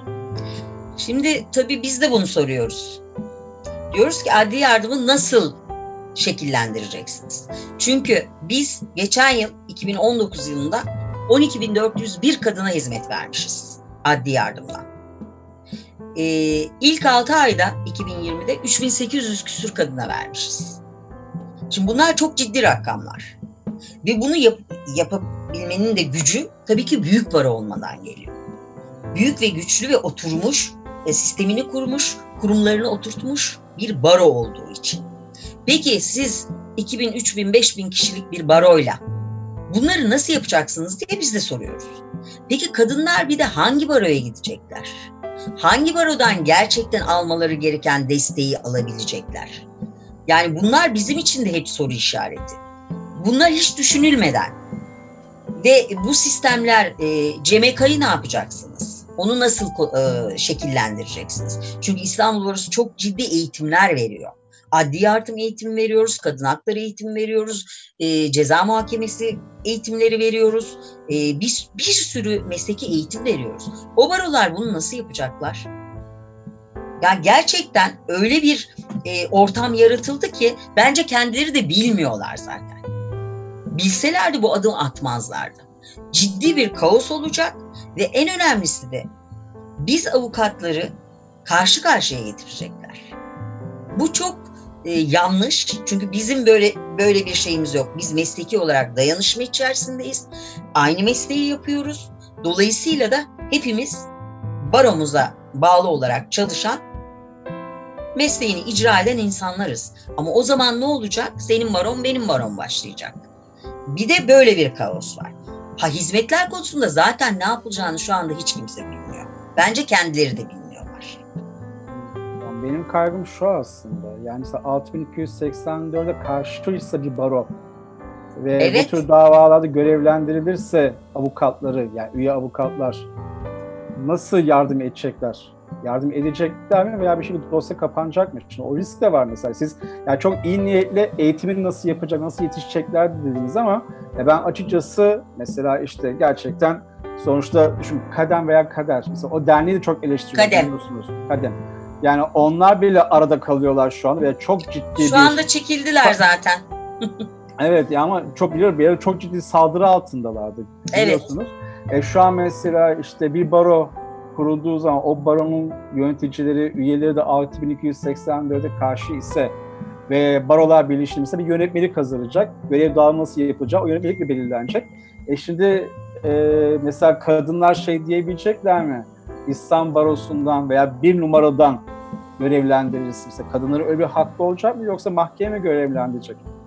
Şimdi tabii biz de bunu soruyoruz. Diyoruz ki adli yardımı nasıl şekillendireceksiniz? Çünkü biz geçen yıl iki bin on dokuz yılında on iki bin dört yüz bir kadına hizmet vermişiz adli yardımdan. Ee, ilk altı ayda iki bin yirmide üç bin sekiz yüz küsur kadına vermişiz. Şimdi bunlar çok ciddi rakamlar. Ve bunu yap, yapabilmenin de gücü tabii ki büyük baro olmadan geliyor. Büyük ve güçlü ve oturmuş, e, sistemini kurmuş, kurumlarını oturtmuş bir baro olduğu için. Peki siz iki bin, üç bin, beş bin kişilik bir baroyla bunları nasıl yapacaksınız diye biz de soruyoruz. Peki kadınlar bir de hangi baroya gidecekler? Hangi barodan gerçekten almaları gereken desteği alabilecekler? Yani bunlar bizim için de hep soru işareti. Bunlar hiç düşünülmeden ve bu sistemler e, C M K'yı ne yapacaksınız? Onu nasıl e, şekillendireceksiniz? Çünkü İstanbul Barosu çok ciddi eğitimler veriyor. Adli yardım eğitimi veriyoruz, kadın hakları eğitimi veriyoruz, e, ceza muhakemesi eğitimleri veriyoruz, e, bir, bir sürü mesleki eğitim veriyoruz. O barolar bunu nasıl yapacaklar? Yani gerçekten öyle bir e, ortam yaratıldı ki bence kendileri de bilmiyorlar zaten. Bilselerdi bu adımı atmazlardı. Ciddi bir kaos olacak ve en önemlisi de biz avukatları karşı karşıya getirecekler. Bu çok e, yanlış, çünkü bizim böyle böyle bir şeyimiz yok. Biz mesleki olarak dayanışma içerisindeyiz. Aynı mesleği yapıyoruz. Dolayısıyla da hepimiz baromuza bağlı olarak çalışan, mesleğini icra eden insanlarız. Ama o zaman ne olacak? Senin baron, benim baron başlayacak. Bir de böyle bir kaos var. Ha, hizmetler konusunda zaten ne yapılacağını şu anda hiç kimse bilmiyor. Bence kendileri de bilmiyorlar. Benim kaygım şu aslında. Yani altı bin iki yüz seksen dörde karşıysa bir baro ve evet, bu tür davalarda görevlendirilirse avukatları, yani üye avukatlar nasıl yardım edecekler? Yardım edecekler mi veya bir şey, bir dosya kapanacak mı? Şimdi o risk de var mesela. Siz yani çok iyi niyetle eğitimini nasıl yapacak, nasıl yetişecekler dediniz ama ya ben açıkçası mesela işte gerçekten sonuçta düşün, Kadem veya Kader. Mesela o derneği de çok eleştiriyor. Kadem. Kadem. Yani onlar bile arada kalıyorlar şu anda ve çok ciddi şu bir... Şu anda çekildiler zaten. Evet ya, ama çok biliyorum bir ara çok ciddi saldırı altındalardı. Biliyorsunuz. Evet. E, şu an mesela işte bir baro kurulduğu zaman o baronun yöneticileri, üyeleri de altı bin iki yüz seksen dörde karşı ise ve barolar birleşimi ise bir yönetmelik hazırlayacak. Görev dağılması yapılacak. O yönetmelik de belirlenecek. E şimdi e, mesela kadınlar şey diyebilecekler mi? İstanbul Barosu'ndan veya bir numaradan görevlendirilirse mesela kadınların öyle bir hakkı olacak mı, yoksa mahkeme mi görevlendirecek?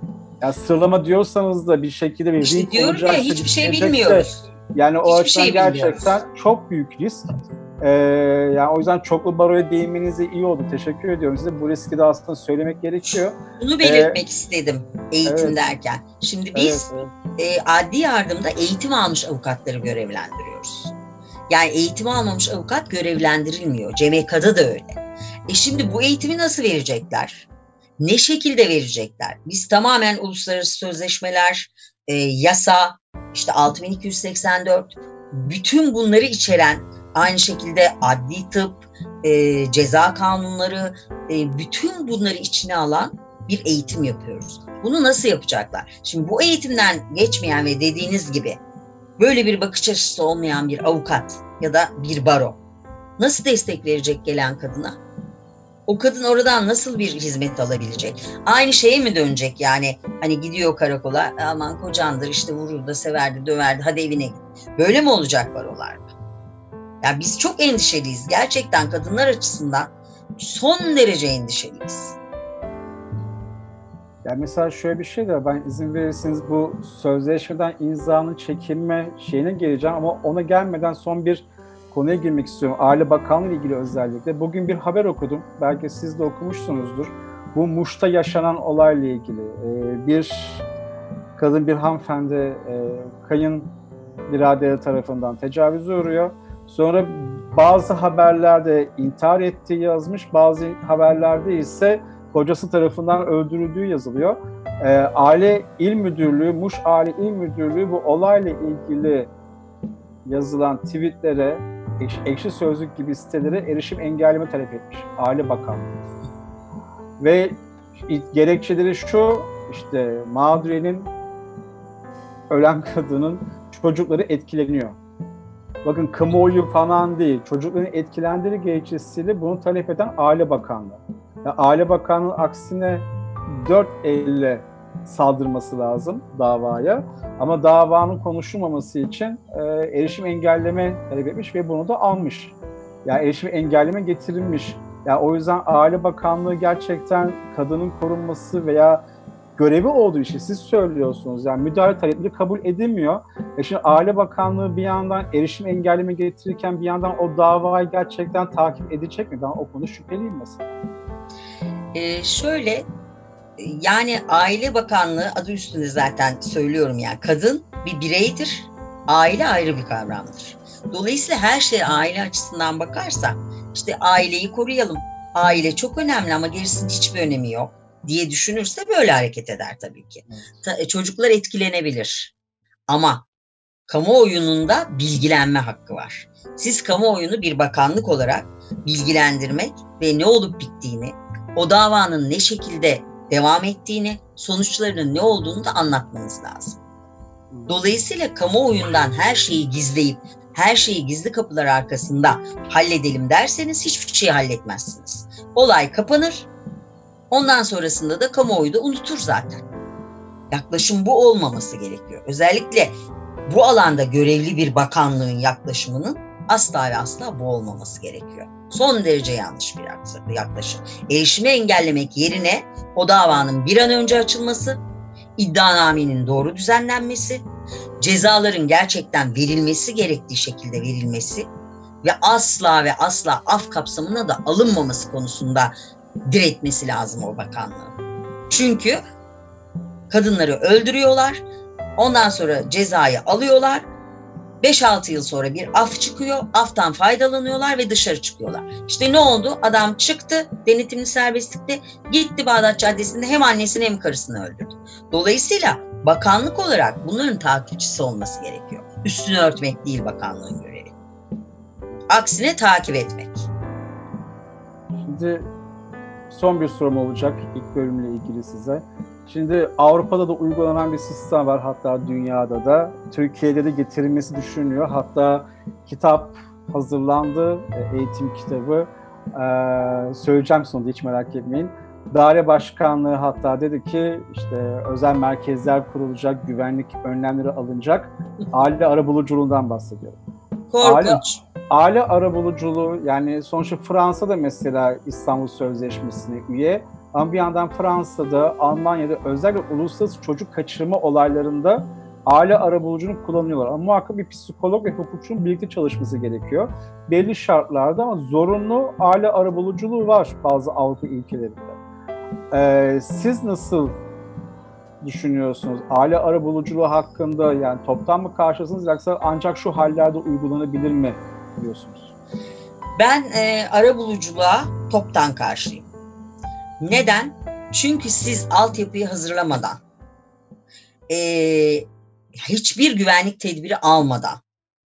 Yani sıralama diyorsanız da bir şekilde bir İşte ring diyorum ya, olacaksa, hiçbir şey gidecekse, bilmiyoruz. yani o Hiçbir açıdan şey gerçekten bilmiyoruz. çok büyük risk. Ee, yani o yüzden çoklu baroya değinmeniz iyi oldu. Teşekkür ediyorum size. Bu riski de aslında söylemek gerekiyor. Bunu belirtmek ee, istedim eğitim evet. derken. Şimdi biz evet, evet. E, adli yardımda eğitim almış avukatları görevlendiriyoruz. Yani eğitim almamış avukat görevlendirilmiyor. C M K'da da öyle. E şimdi bu eğitimi nasıl verecekler? Ne şekilde verecekler? Biz tamamen uluslararası sözleşmeler, e, yasa, işte altı bin iki yüz seksen dört, bütün bunları içeren, aynı şekilde adli tıp, e, ceza kanunları, e, bütün bunları içine alan bir eğitim yapıyoruz. Bunu nasıl yapacaklar? Şimdi bu eğitimden geçmeyen ve dediğiniz gibi böyle bir bakış açısı olmayan bir avukat ya da bir baro nasıl destek verecek gelen kadına? O kadın oradan nasıl bir hizmet alabilecek? Aynı şeye mi dönecek yani? Hani gidiyor karakola, aman kocandır işte vurur da severdi, döverdi, hadi evine git. Böyle mi olacak barolarda? Ya biz çok endişeliyiz. Gerçekten kadınlar açısından son derece endişeliyiz. Ya mesela şöyle bir şey de, ben izin verirseniz bu sözleşmeden imzanın çekilme şeyine geleceğim ama ona gelmeden son bir konuya girmek istiyorum. Aile Bakanlığı ile ilgili özellikle. Bugün bir haber okudum. Belki siz de okumuşsunuzdur. Bu Muş'ta yaşanan olayla ilgili. Ee, bir kadın, bir hanımefendi e, kayınbiraderi tarafından tecavüze uğruyor. Sonra bazı haberlerde intihar ettiği yazmış, bazı haberlerde ise kocası tarafından öldürüldüğü yazılıyor. Ee, Aile İl Müdürlüğü, Muş Aile İl Müdürlüğü bu olayla ilgili yazılan tweetlere, Ekşi Sözlük gibi sitelere erişim engelleme talep etmiş Aile Bakanlığı. Ve gerekçeleri şu, işte mağdurenin, ölen kadının çocukları etkileniyor. Bakın kamuoyu falan değil, çocukların etkilendiği gerekçesiyle bunu talep eden Aile Bakanlığı. Yani Aile Bakanlığı aksine dört elle saldırması lazım davaya. Ama davanın konuşulmaması için e, erişim engelleme talep etmiş ve bunu da almış. Yani erişim engelleme getirilmiş. Yani o yüzden Aile Bakanlığı gerçekten kadının korunması veya görevi olduğu için siz söylüyorsunuz. Yani müdahale talepleri kabul edilmiyor. E şimdi Aile Bakanlığı bir yandan erişim engelleme getirirken bir yandan o davayı gerçekten takip edecek mi? Ben o konuda şüpheliyim mesela. Ee, şöyle, yani Aile Bakanlığı adı üstünde zaten söylüyorum, yani kadın bir bireydir, aile ayrı bir kavramdır. Dolayısıyla her şey aile açısından bakarsa, işte aileyi koruyalım, aile çok önemli ama gerisinin hiçbir önemi yok diye düşünürse böyle hareket eder tabii ki. Ta, çocuklar etkilenebilir ama kamuoyunun da bilgilenme hakkı var. Siz kamuoyunu bir bakanlık olarak bilgilendirmek ve ne olup bittiğini, o davanın ne şekilde devam ettiğini, sonuçlarının ne olduğunu da anlatmanız lazım. Dolayısıyla kamuoyundan her şeyi gizleyip, her şeyi gizli kapılar arkasında halledelim derseniz hiçbir şeyi halletmezsiniz. Olay kapanır, ondan sonrasında da kamuoyu da unutur zaten. Yaklaşım bu olmaması gerekiyor. Özellikle bu alanda görevli bir bakanlığın yaklaşımının asla ve asla bu olmaması gerekiyor. Son derece yanlış bir yaklaşım. Erişimi engellemek yerine o davanın bir an önce açılması, iddianamenin doğru düzenlenmesi, cezaların gerçekten verilmesi gerektiği şekilde verilmesi ve asla ve asla af kapsamına da alınmaması konusunda diretmesi lazım o bakanlığın. Çünkü kadınları öldürüyorlar, ondan sonra cezayı alıyorlar, beş altı yıl sonra bir af çıkıyor, aftan faydalanıyorlar ve dışarı çıkıyorlar. İşte ne oldu? Adam çıktı, denetimli serbestlikte, gitti Bağdat Caddesi'nde hem annesini hem karısını öldürdü. Dolayısıyla bakanlık olarak bunların takipçisi olması gerekiyor. Üstünü örtmek değil bakanlığın görevi. Aksine takip etmek. Şimdi son bir sorum olacak ilk bölümle ilgili size. Şimdi Avrupa'da da uygulanan bir sistem var, hatta dünyada da. Türkiye'de de getirilmesi düşünülüyor. Hatta kitap hazırlandı, eğitim kitabı. Ee, söyleyeceğim sonunda, hiç merak etmeyin. Daire Başkanlığı hatta dedi ki işte özel merkezler kurulacak, güvenlik önlemleri alınacak. Aile arabuluculuğundan bahsediyorum. Korkunç. Aile, aile arabuluculuğu, yani sonuçta Fransa da mesela İstanbul Sözleşmesi'ne üye. Ama bir yandan Fransa'da, Almanya'da özellikle uluslararası çocuk kaçırma olaylarında aile arabulucunu kullanıyorlar. Ama muhakkak bir psikolog ve hukukçunun birlikte çalışması gerekiyor. Belli şartlarda ama zorunlu aile arabuluculuğu var bazı Avrupa ülkelerinde. Ee, siz nasıl düşünüyorsunuz? Aile arabuluculuğu hakkında yani toptan mı karşısınız yoksa ancak şu hallerde uygulanabilir mi diyorsunuz? Ben e, arabuluculuğa toptan karşıyım. Neden? Çünkü siz altyapıyı hazırlamadan, e, hiçbir güvenlik tedbiri almadan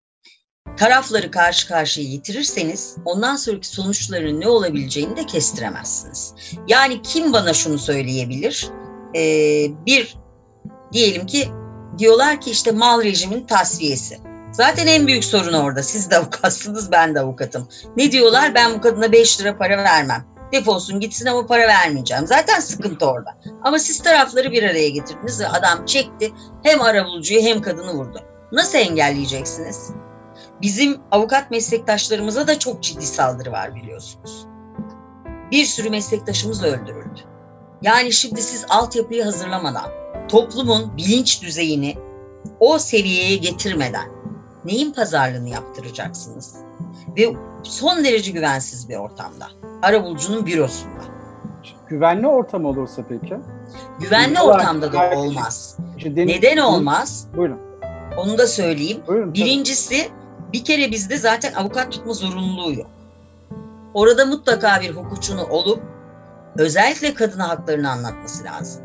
tarafları karşı karşıya getirirseniz ondan sonraki sonuçların ne olabileceğini de kestiremezsiniz. Yani kim bana şunu söyleyebilir? Ee, bir, diyelim ki diyorlar ki işte mal rejimin tasfiyesi. Zaten en büyük sorun orada. Siz de avukatsınız, ben de avukatım. Ne diyorlar? Ben bu kadına beş lira para vermem. Defolsun gitsin ama para vermeyeceğim. Zaten sıkıntı orada. Ama siz tarafları bir araya getirdiniz ve adam çekti. Hem arabulucuyu hem kadını vurdu. Nasıl engelleyeceksiniz? Bizim avukat meslektaşlarımıza da çok ciddi saldırı var biliyorsunuz. Bir sürü meslektaşımız öldürüldü. Yani şimdi siz altyapıyı hazırlamadan, toplumun bilinç düzeyini o seviyeye getirmeden neyin pazarlığını yaptıracaksınız? Ve son derece güvensiz bir ortamda. Arabulucunun bürosunda. Güvenli ortam olursa peki? Güvenli Güvenli ortamda da olmaz. İşte den- Neden olmaz? Buyurun. Onu da söyleyeyim. Buyurun, Birincisi, bir kere bizde zaten avukat tutma zorunluluğu yok. Orada mutlaka bir hukukçunun olup özellikle kadına haklarını anlatması lazım.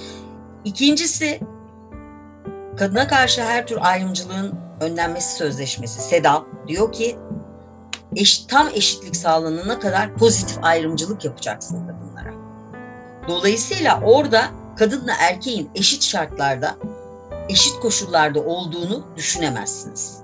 İkincisi, kadına karşı her tür ayrımcılığın önlenmesi sözleşmesi SEDAW diyor ki eş, tam eşitlik sağlanana kadar pozitif ayrımcılık yapacaksın kadınlara. Dolayısıyla orada kadınla erkeğin eşit şartlarda, eşit koşullarda olduğunu düşünemezsiniz.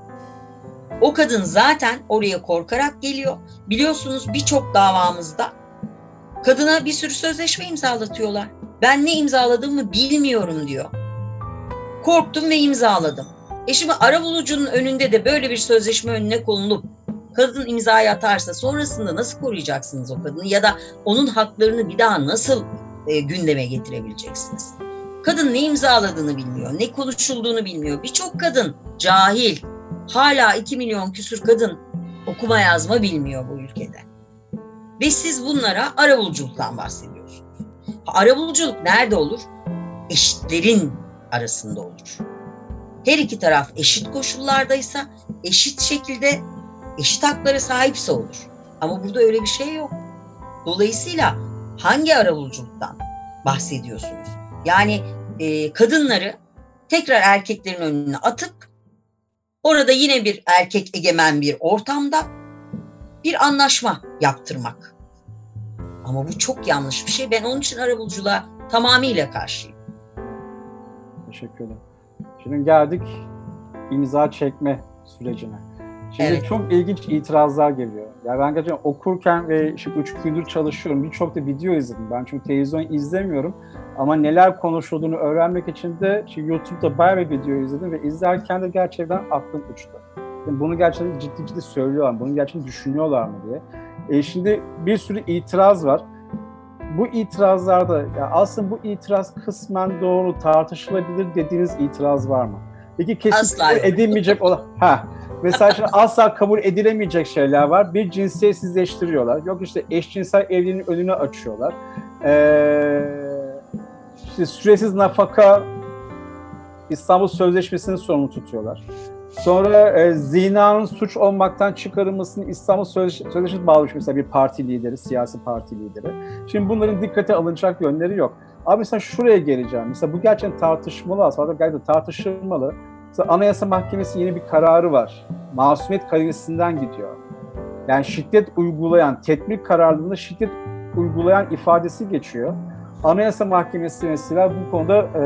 O kadın zaten oraya korkarak geliyor. Biliyorsunuz birçok davamızda kadına bir sürü sözleşme imzalatıyorlar. Ben ne imzaladığımı bilmiyorum diyor. Korktum ve imzaladım. E şimdi arabulucunun önünde de böyle bir sözleşme önüne konulup kadın imzayı atarsa sonrasında nasıl koruyacaksınız o kadını ya da onun haklarını bir daha nasıl e, gündeme getirebileceksiniz? Kadın ne imzaladığını bilmiyor, ne konuşulduğunu bilmiyor. Birçok kadın cahil. Hala iki milyon küsur kadın okuma yazma bilmiyor bu ülkede. Ve siz bunlara arabuluculuktan bahsediyorsunuz. Arabuluculuk nerede olur? Eşitlerin arasında olur. Her iki taraf eşit koşullardaysa, eşit şekilde eşit haklara sahipse olur. Ama burada öyle bir şey yok. Dolayısıyla hangi arabuluculuktan bahsediyorsunuz? Yani e, kadınları tekrar erkeklerin önüne atıp orada yine bir erkek egemen bir ortamda bir anlaşma yaptırmak. Ama bu çok yanlış bir şey. Ben onun için arabuluculuğa tamamıyla karşıyım. Teşekkür ederim. Şimdi geldik imza çekme sürecine. Şimdi evet. Çok ilginç itirazlar geliyor. Ya ben gerçekten okurken ve işte üç gündür çalışıyorum. Birçok da video izledim. Ben çünkü televizyon izlemiyorum. Ama neler konuşulduğunu öğrenmek için de işte YouTube'da bayağı bir video izledim ve izlerken de gerçekten aklım uçtu. Yani bunu gerçekten ciddi ciddi söylüyorlar mı? Bunu gerçekten düşünüyorlar mı diye. E şimdi bir sürü itiraz var. Bu itirazlarda ya aslında bu itiraz kısmen doğru tartışılabilir dediğiniz itiraz var mı? Peki kesin kabul edilmeyecek olan ha mesela şimdi asla kabul edilemeyecek şeyler var. Bir cinsiyetsizleştiriyorlar. Yok işte eşcinsel evliliğin önünü açıyorlar. Ee, işte süresiz nafaka İstanbul Sözleşmesi'ni sorumlu tutuyorlar. Sonra e, zinanın suç olmaktan çıkarılmasını İstanbul Sözleşmesi bağlamış mesela bir parti lideri, siyasi parti lideri. Şimdi bunların dikkate alınacak yönleri yok. Abi mesela şuraya geleceğim. Mesela bu gerçekten tartışmalı aslında. Gerçekten tartışılmalı. Mesela Anayasa Mahkemesi yeni bir kararı var. Masumiyet kategorisinden gidiyor. Yani şiddet uygulayan, tedbir kararlarında şiddet uygulayan ifadesi geçiyor. Anayasa Mahkemesi mesela bu konuda e,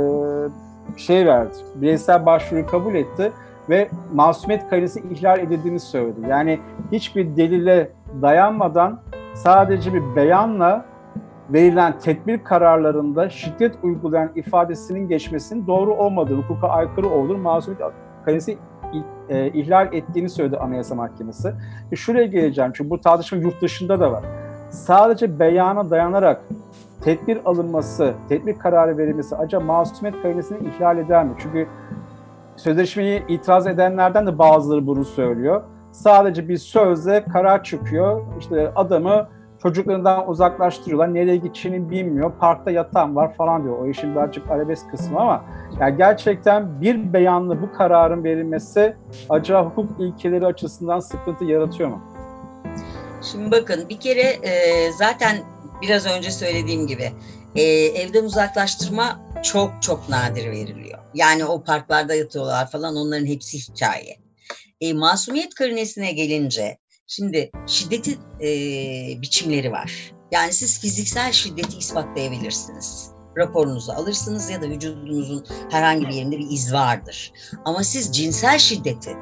şey verdi. Bireysel başvuruyu kabul etti ve masumiyet kaidesi ihlal edildiğini söyledi. Yani hiçbir delile dayanmadan sadece bir beyanla verilen tedbir kararlarında şiddet uygulayan ifadesinin geçmesinin doğru olmadığını, hukuka aykırı olduğunu, masumiyet kaidesi e, ihlal ettiğini söyledi Anayasa Mahkemesi. E şuraya geleceğim çünkü bu tartışma yurt dışında da var. Sadece beyana dayanarak tedbir alınması, tedbir kararı verilmesi acaba masumiyet kainesini ihlal eder mi? Çünkü sözleşmeyi itiraz edenlerden de bazıları bunu söylüyor. Sadece bir sözle karar çıkıyor. İşte adamı çocuklarından uzaklaştırıyorlar. Nereye gideceğini bilmiyor. Parkta yatan var falan diyor. O işin birazcık arabesk kısmı ama yani gerçekten bir beyanla bu kararın verilmesi acaba hukuk ilkeleri açısından sıkıntı yaratıyor mu? Şimdi bakın bir kere e, zaten biraz önce söylediğim gibi e, evden uzaklaştırma çok çok nadir veriliyor. Yani o parklarda yatıyorlar falan, onların hepsi hikaye. E, masumiyet karinesine gelince şimdi şiddetin e, biçimleri var. Yani siz fiziksel şiddeti ispatlayabilirsiniz. Raporunuzu alırsınız ya da vücudunuzun herhangi bir yerinde bir iz vardır. Ama siz cinsel şiddeti,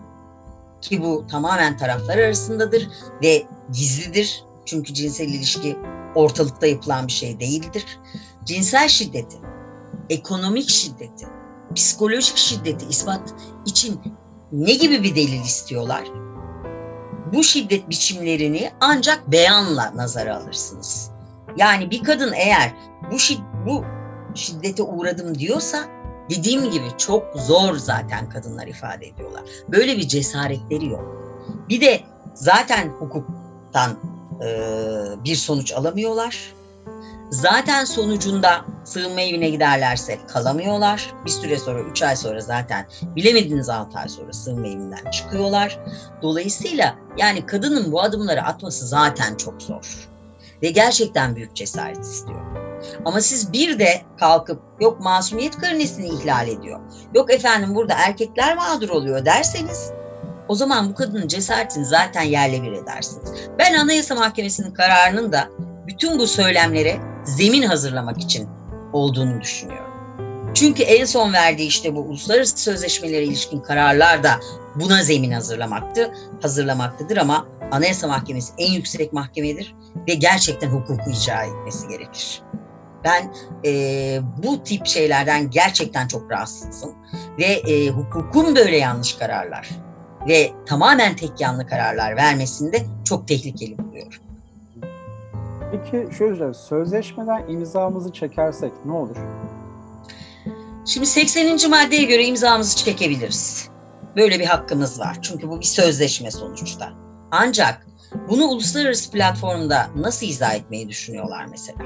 ki bu tamamen taraflar arasındadır ve gizlidir. Çünkü cinsel ilişki ortalıkta yapılan bir şey değildir. Cinsel şiddeti, ekonomik şiddeti, psikolojik şiddeti ispat için ne gibi bir delil istiyorlar? Bu şiddet biçimlerini ancak beyanla nazara alırsınız. Yani bir kadın eğer bu, şid- bu şiddete uğradım diyorsa, dediğim gibi çok zor zaten kadınlar ifade ediyorlar. Böyle bir cesaretleri yok. Bir de zaten hukuktan e, bir sonuç alamıyorlar. Zaten sonucunda sığınma evine giderlerse kalamıyorlar. Bir süre sonra, üç ay sonra zaten bilemediğiniz altı ay sonra sığınma evinden çıkıyorlar. Dolayısıyla yani kadının bu adımları atması zaten çok zor. Ve gerçekten büyük cesaret istiyor. Ama siz bir de kalkıp yok masumiyet karinesini ihlal ediyor, yok efendim burada erkekler mağdur oluyor derseniz, o zaman bu kadının cesaretini zaten yerle bir edersiniz. Ben Anayasa Mahkemesi'nin kararının da bütün bu söylemlere zemin hazırlamak için olduğunu düşünüyorum. Çünkü en son verdiği işte bu uluslararası sözleşmelere ilişkin kararlar da buna zemin hazırlamaktı, hazırlamaktadır ama Anayasa Mahkemesi en yüksek mahkemedir ve gerçekten hukuku icra etmesi gerekir. Ben e, bu tip şeylerden gerçekten çok rahatsızım ve e, hukukun böyle yanlış kararlar ve tamamen tek yanlı kararlar vermesinde çok tehlikeli buluyorum. Peki şöyle, sözleşmeden imzamızı çekersek ne olur? Şimdi sekseninci maddeye göre imzamızı çekebiliriz. Böyle bir hakkımız var. Çünkü bu bir sözleşme sonuçta. Ancak bunu uluslararası platformda nasıl izah etmeyi düşünüyorlar mesela?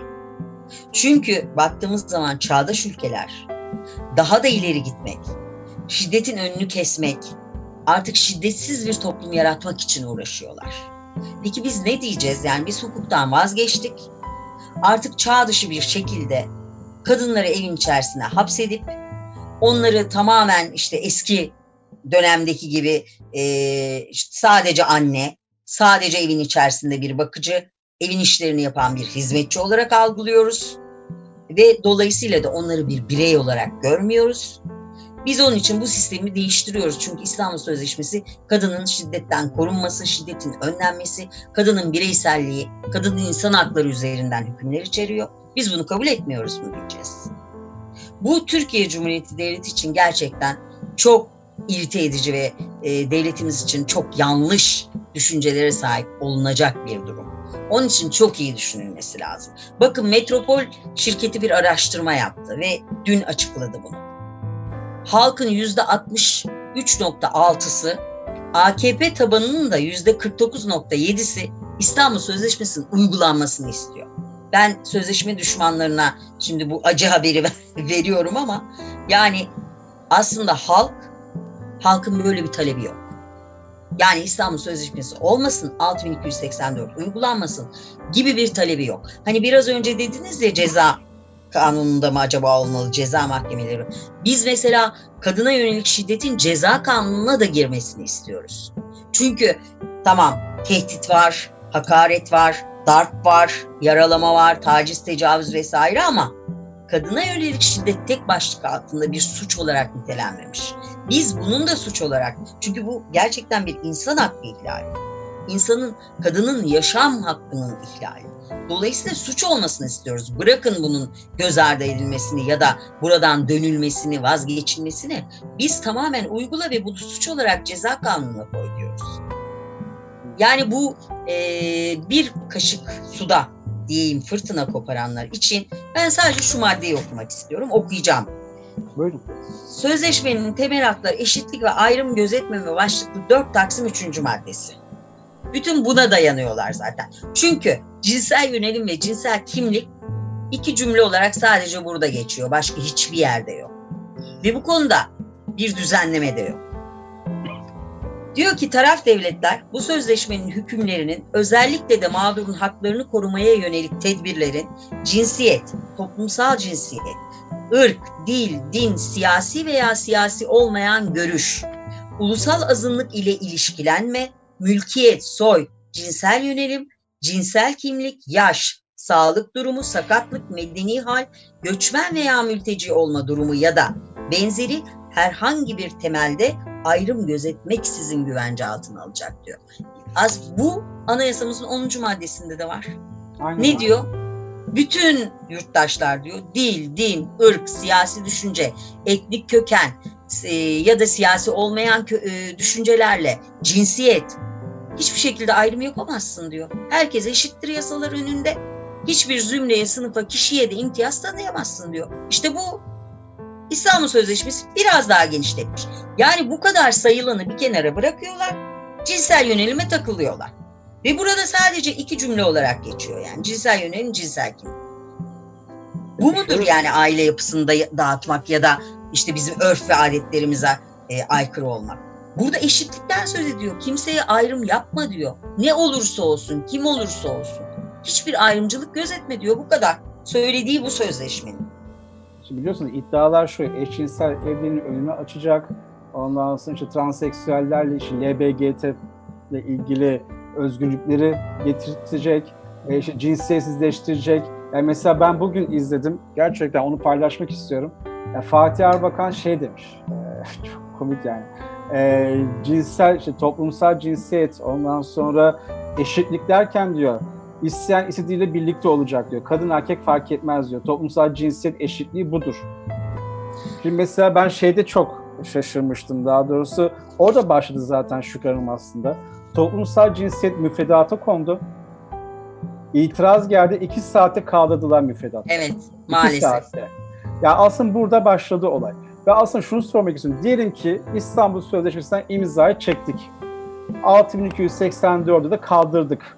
Çünkü baktığımız zaman çağdaş ülkeler daha da ileri gitmek, şiddetin önünü kesmek, artık şiddetsiz bir toplum yaratmak için uğraşıyorlar. Peki biz ne diyeceğiz? Yani biz hukuktan vazgeçtik. Artık çağ dışı bir şekilde kadınları evin içerisine hapsedip onları tamamen işte eski dönemdeki gibi e, işte sadece anne, sadece evin içerisinde bir bakıcı, evin işlerini yapan bir hizmetçi olarak algılıyoruz. Ve dolayısıyla da onları bir birey olarak görmüyoruz. Biz onun için bu sistemi değiştiriyoruz. Çünkü İstanbul Sözleşmesi kadının şiddetten korunması, şiddetin önlenmesi, kadının bireyselliği, kadının insan hakları üzerinden hükümler içeriyor. Biz bunu kabul etmiyoruz mu diyeceğiz. Bu Türkiye Cumhuriyeti Devleti için gerçekten çok irite edici ve e, devletimiz için çok yanlış düşüncelere sahip olunacak bir durum. Onun için çok iyi düşünülmesi lazım. Bakın Metropol şirketi bir araştırma yaptı ve dün açıkladı bunu. Halkın yüzde altmış üç nokta altısı, A K P tabanının da yüzde kırk dokuz nokta yedisi İstanbul Sözleşmesi'nin uygulanmasını istiyor. Ben sözleşme düşmanlarına şimdi bu acı haberi veriyorum ama yani aslında halk, halkın böyle bir talebi yok. Yani İstanbul Sözleşmesi olmasın, altı bin iki yüz seksen dört uygulanmasın gibi bir talebi yok. Hani biraz önce dediniz ya, ceza kanununda mı acaba olmalı, ceza mahkemeleri? Biz mesela kadına yönelik şiddetin ceza kanununa da girmesini istiyoruz. Çünkü tamam, tehdit var, hakaret var, darp var, yaralama var, taciz, tecavüz vesaire ama kadına yönelik şiddet tek başlık altında bir suç olarak nitelenmemiş. Biz bunun da suç olarak, çünkü bu gerçekten bir insan hakkı ihlali. İnsanın, kadının yaşam hakkının ihlali. Dolayısıyla suç olmasını istiyoruz. Bırakın bunun göz ardı edilmesini ya da buradan dönülmesini, vazgeçilmesini. Biz tamamen uygula ve bunu suç olarak ceza kanununa koy diyoruz. Yani bu e, bir kaşık suda diyeyim fırtına koparanlar için ben sadece şu maddeyi okumak istiyorum. Okuyacağım. Buyurun. Sözleşmenin temel hakları eşitlik ve ayrım gözetmeme başlıklı dört Taksim üçüncü maddesi. Bütün buna dayanıyorlar zaten. Çünkü cinsel yönelim ve cinsel kimlik iki cümle olarak sadece burada geçiyor. Başka hiçbir yerde yok. Ve bu konuda bir düzenleme de yok. Diyor ki taraf devletler bu sözleşmenin hükümlerinin özellikle de mağdurun haklarını korumaya yönelik tedbirlerin cinsiyet, toplumsal cinsiyet, ırk, dil, din, siyasi veya siyasi olmayan görüş, ulusal azınlık ile ilişkilenme, mülkiyet, soy, cinsel yönelim, cinsel kimlik, yaş, sağlık durumu, sakatlık, medeni hal, göçmen veya mülteci olma durumu ya da benzeri herhangi bir temelde ayrım gözetmeksizin güvence altına alacak diyor. Az bu anayasamızın onuncu maddesinde de var. Aynen. Ne diyor? Bütün yurttaşlar diyor dil, din, ırk, siyasi düşünce, etnik köken e, ya da siyasi olmayan kö- e, düşüncelerle cinsiyet hiçbir şekilde ayrım yapamazsın diyor. Herkes eşittir yasalar önünde. Hiçbir zümreye, sınıfa, kişiye de imtiyaz tanıyamazsın diyor. İşte bu İstanbul Sözleşmesi biraz daha genişletmiş. Yani bu kadar sayılanı bir kenara bırakıyorlar, cinsel yönelime takılıyorlar. Ve burada sadece iki cümle olarak geçiyor yani cinsel yönelim, cinsel kimlik. Bu mudur yani aile yapısını da dağıtmak ya da işte bizim örf ve adetlerimize e, aykırı olmak? Burada eşitlikten söz ediyor. Kimseye ayrım yapma diyor. Ne olursa olsun, kim olursa olsun. Hiçbir ayrımcılık gözetme diyor bu kadar. Söylediği bu sözleşmenin. Şimdi biliyorsunuz iddialar şu, eşcinsel evliliğin önünü açacak, ondan sonra işte transseksüellerle, işte L B G T ile ilgili özgürlükleri getirecek, işte cinsiyetsizleştirecek. Yani mesela ben bugün izledim, gerçekten onu paylaşmak istiyorum. Yani Fatih Erbakan şey demiş, e, çok komik yani, e, cinsel, işte toplumsal cinsiyet, ondan sonra eşitlik derken diyor, İsteyen istediğiyle birlikte olacak diyor. Kadın erkek fark etmez diyor. Toplumsal cinsiyet eşitliği budur. Şimdi mesela ben şeyde çok şaşırmıştım daha doğrusu. Orada başladı zaten Şükran Hanım aslında. Toplumsal cinsiyet müfredata kondu. İtiraz geldi. iki saate kaldırdılar müfredatı. Evet, maalesef. İki saatte. Ya aslında burada başladı olay. Ve aslında şunu sormak istiyorum. Diyelim ki İstanbul Sözleşmesi'nden imzayı çektik. altı bin iki yüz seksen dörtte de kaldırdık.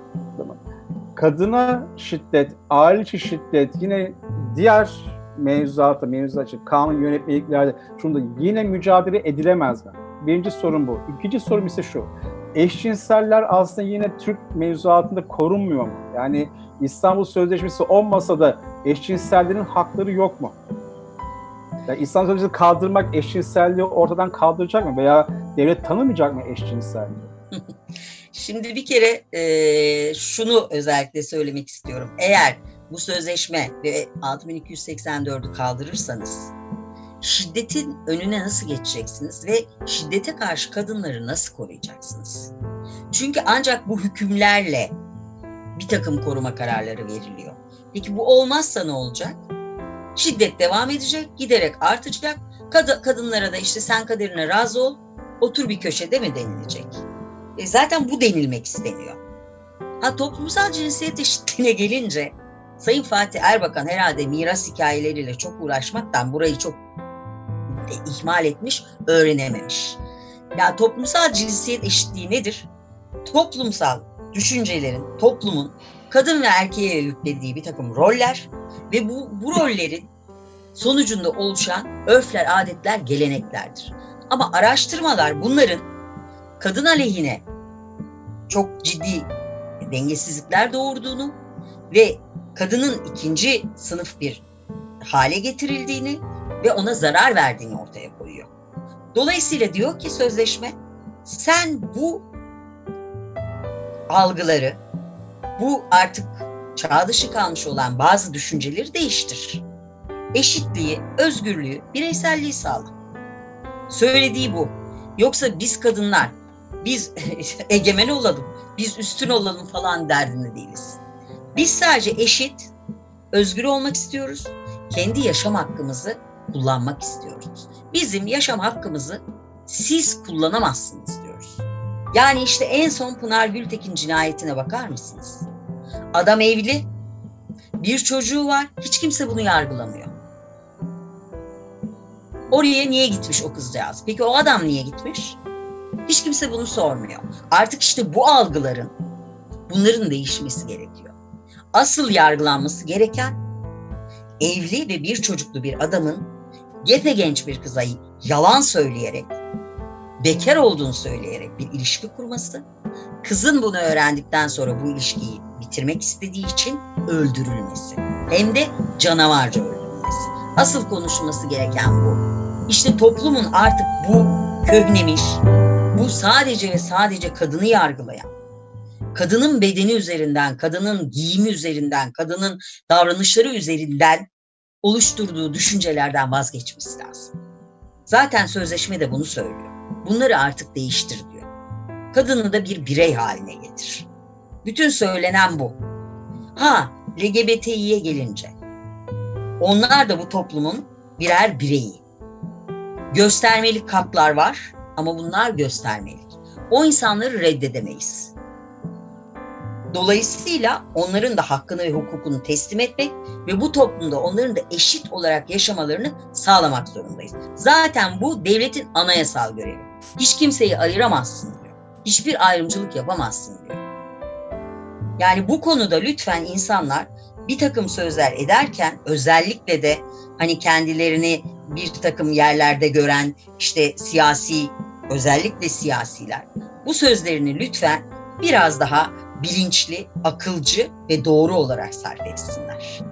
Kadına şiddet, aile içi şiddet, yine diğer mevzuatta, mevzuat için kanun yönetmeliklerde şunda yine mücadele edilemez mi? Birinci sorun bu. İkinci sorum ise şu. Eşcinseller aslında yine Türk mevzuatında korunmuyor mu? Yani İstanbul Sözleşmesi olmasa da eşcinsellerin hakları yok mu? Yani İstanbul Sözleşmesi kaldırmak eşcinselliği ortadan kaldıracak mı? Veya devlet tanımayacak mı eşcinselliği? Şimdi bir kere e, şunu özellikle söylemek istiyorum. Eğer bu sözleşme ve altı bin iki yüz seksen dördü kaldırırsanız şiddetin önüne nasıl geçeceksiniz ve şiddete karşı kadınları nasıl koruyacaksınız? Çünkü ancak bu hükümlerle bir takım koruma kararları veriliyor. Peki bu olmazsa ne olacak? Şiddet devam edecek, giderek artacak. Kad- kadınlara da işte sen kaderine razı ol, otur bir köşede mi denilecek? E zaten bu denilmek isteniyor. Ha toplumsal cinsiyet eşitliğine gelince Sayın Fatih Erbakan herhalde miras hikayeleriyle çok uğraşmaktan burayı çok e, ihmal etmiş, öğrenememiş. Ya toplumsal cinsiyet eşitliği nedir? Toplumsal düşüncelerin, toplumun kadın ve erkeğe yüklediği bir takım roller ve bu, bu rollerin sonucunda oluşan örfler, adetler, geleneklerdir. Ama araştırmalar bunların kadın aleyhine çok ciddi dengesizlikler doğurduğunu ve kadının ikinci sınıf bir hale getirildiğini ve ona zarar verdiğini ortaya koyuyor. Dolayısıyla diyor ki sözleşme, sen bu algıları, bu artık çağ dışı kalmış olan bazı düşünceleri değiştir. Eşitliği, özgürlüğü, bireyselliği sağla. Söylediği bu. Yoksa biz kadınlar, biz egemen olalım, biz üstün olalım falan derdinde değiliz. Biz sadece eşit, özgür olmak istiyoruz. Kendi yaşam hakkımızı kullanmak istiyoruz. Bizim yaşam hakkımızı siz kullanamazsınız diyoruz. Yani işte en son Pınar Gültekin cinayetine bakar mısınız? Adam evli, Bir çocuğu var, hiç kimse bunu yargılamıyor. Oraya niye gitmiş o kızcağız? Peki o adam niye gitmiş? Hiç kimse bunu sormuyor. Artık işte bu algıların, bunların değişmesi gerekiyor. Asıl yargılanması gereken, evli ve bir çocuklu bir adamın gepegenç bir kıza yalan söyleyerek, bekar olduğunu söyleyerek bir ilişki kurması, kızın bunu öğrendikten sonra bu ilişkiyi bitirmek istediği için öldürülmesi. Hem de canavarca öldürülmesi. Asıl konuşulması gereken bu. İşte toplumun artık bu köhnemiş, bu sadece ve sadece kadını yargılayan, kadının bedeni üzerinden, kadının giyimi üzerinden, kadının davranışları üzerinden oluşturduğu düşüncelerden vazgeçmesi lazım. Zaten sözleşme de bunu söylüyor. Bunları artık değiştir diyor. Kadını da bir birey haline getir. Bütün söylenen bu. Ha, L G B T İ'ye gelince, onlar da bu toplumun birer bireyi. Göstermelik katlar var ama bunlar göstermelik. O insanları reddedemeyiz. Dolayısıyla onların da hakkını ve hukukunu teslim etmek ve bu toplumda onların da eşit olarak yaşamalarını sağlamak zorundayız. Zaten bu devletin anayasal görevi. Hiç kimseyi ayıramazsın diyor. Hiçbir ayrımcılık yapamazsın diyor. Yani bu konuda lütfen insanlar bir takım sözler ederken, özellikle de hani kendilerini bir takım yerlerde gören işte siyasi, özellikle siyasiler, bu sözlerini lütfen biraz daha bilinçli, akılcı ve doğru olarak sarf etsinler.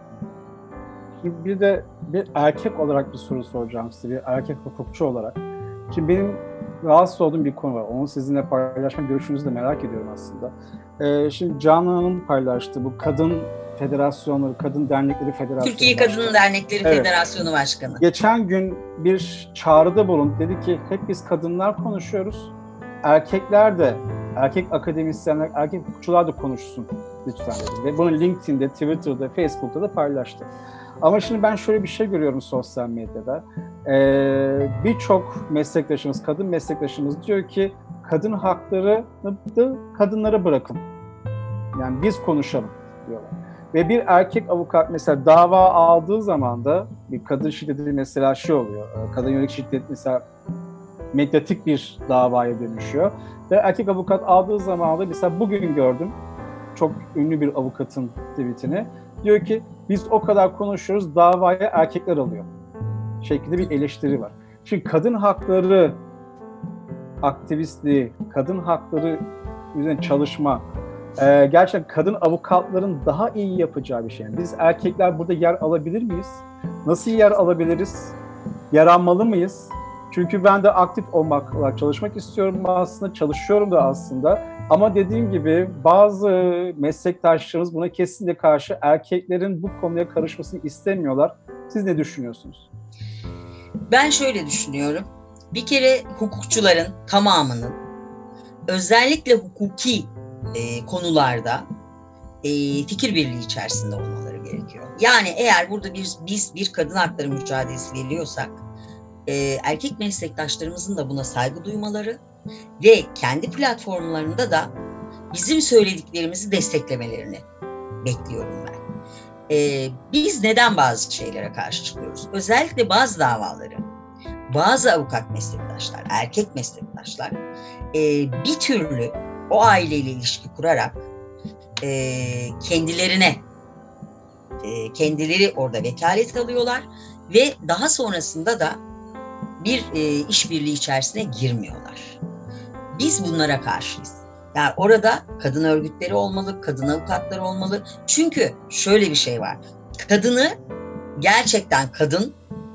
Şimdi bir de bir erkek olarak bir soru soracağım size, bir erkek hukukçu olarak. Şimdi benim rahatsız olduğum bir konu var. Onu sizinle paylaşma görüşünüzü de merak ediyorum aslında. Ee, şimdi Canan Hanım paylaştı. Bu kadın federasyonları, kadın dernekleri federasyonu. Türkiye Kadın Dernekleri evet. Federasyonu Başkanı. Geçen gün bir çağrıda bulundu. Dedi ki hep biz kadınlar konuşuyoruz. Erkekler de, erkek akademisyenler, erkek hukukçular da konuşsun lütfen dedi. Ve bunu LinkedIn'de, Twitter'da, Facebook'ta da paylaştı. Ama şimdi ben şöyle bir şey görüyorum sosyal medyada. Ee, Birçok meslektaşımız, kadın meslektaşımız diyor ki kadın hakları da kadınlara bırakın. Yani biz konuşalım diyorlar. Ve bir erkek avukat mesela dava aldığı zaman da bir kadın şiddeti mesela şey oluyor. Kadın yönelik şiddet mesela medyatik bir davaya dönüşüyor. Ve erkek avukat aldığı zaman da mesela bugün gördüm çok ünlü bir avukatın tweetini. Diyor ki biz o kadar konuşuyoruz, davaya erkekler alıyor şeklinde bir eleştiri var. Şimdi kadın hakları aktivistliği, kadın hakları üzerine çalışma, e, gerçekten kadın avukatların daha iyi yapacağı bir şey. Yani biz erkekler burada yer alabilir miyiz? Nasıl yer alabiliriz? Yer almalı mıyız? Çünkü ben de aktif olmakla çalışmak istiyorum aslında, çalışıyorum da aslında. Ama dediğim gibi bazı meslektaşlarımız buna kesinlikle karşı, erkeklerin bu konuya karışmasını istemiyorlar. Siz ne düşünüyorsunuz? Ben şöyle düşünüyorum. Bir kere hukukçuların tamamının özellikle hukuki e, konularda e, fikir birliği içerisinde olmaları gerekiyor. Yani eğer burada bir, biz bir kadın hakları mücadelesi veriyorsak, e, erkek meslektaşlarımızın da buna saygı duymaları ve kendi platformlarında da bizim söylediklerimizi desteklemelerini bekliyorum ben. Ee, biz neden bazı şeylere karşı çıkıyoruz? Özellikle bazı davaları, bazı avukat meslektaşlar, erkek meslektaşlar e, bir türlü o aileyle ilişki kurarak e, kendilerine, e, kendileri orada vekalet alıyorlar ve daha sonrasında da bir e, işbirliği içerisine girmiyorlar. Biz bunlara karşıyız. Yani orada kadın örgütleri olmalı, kadın avukatları olmalı. Çünkü şöyle bir şey var. Kadını, gerçekten kadın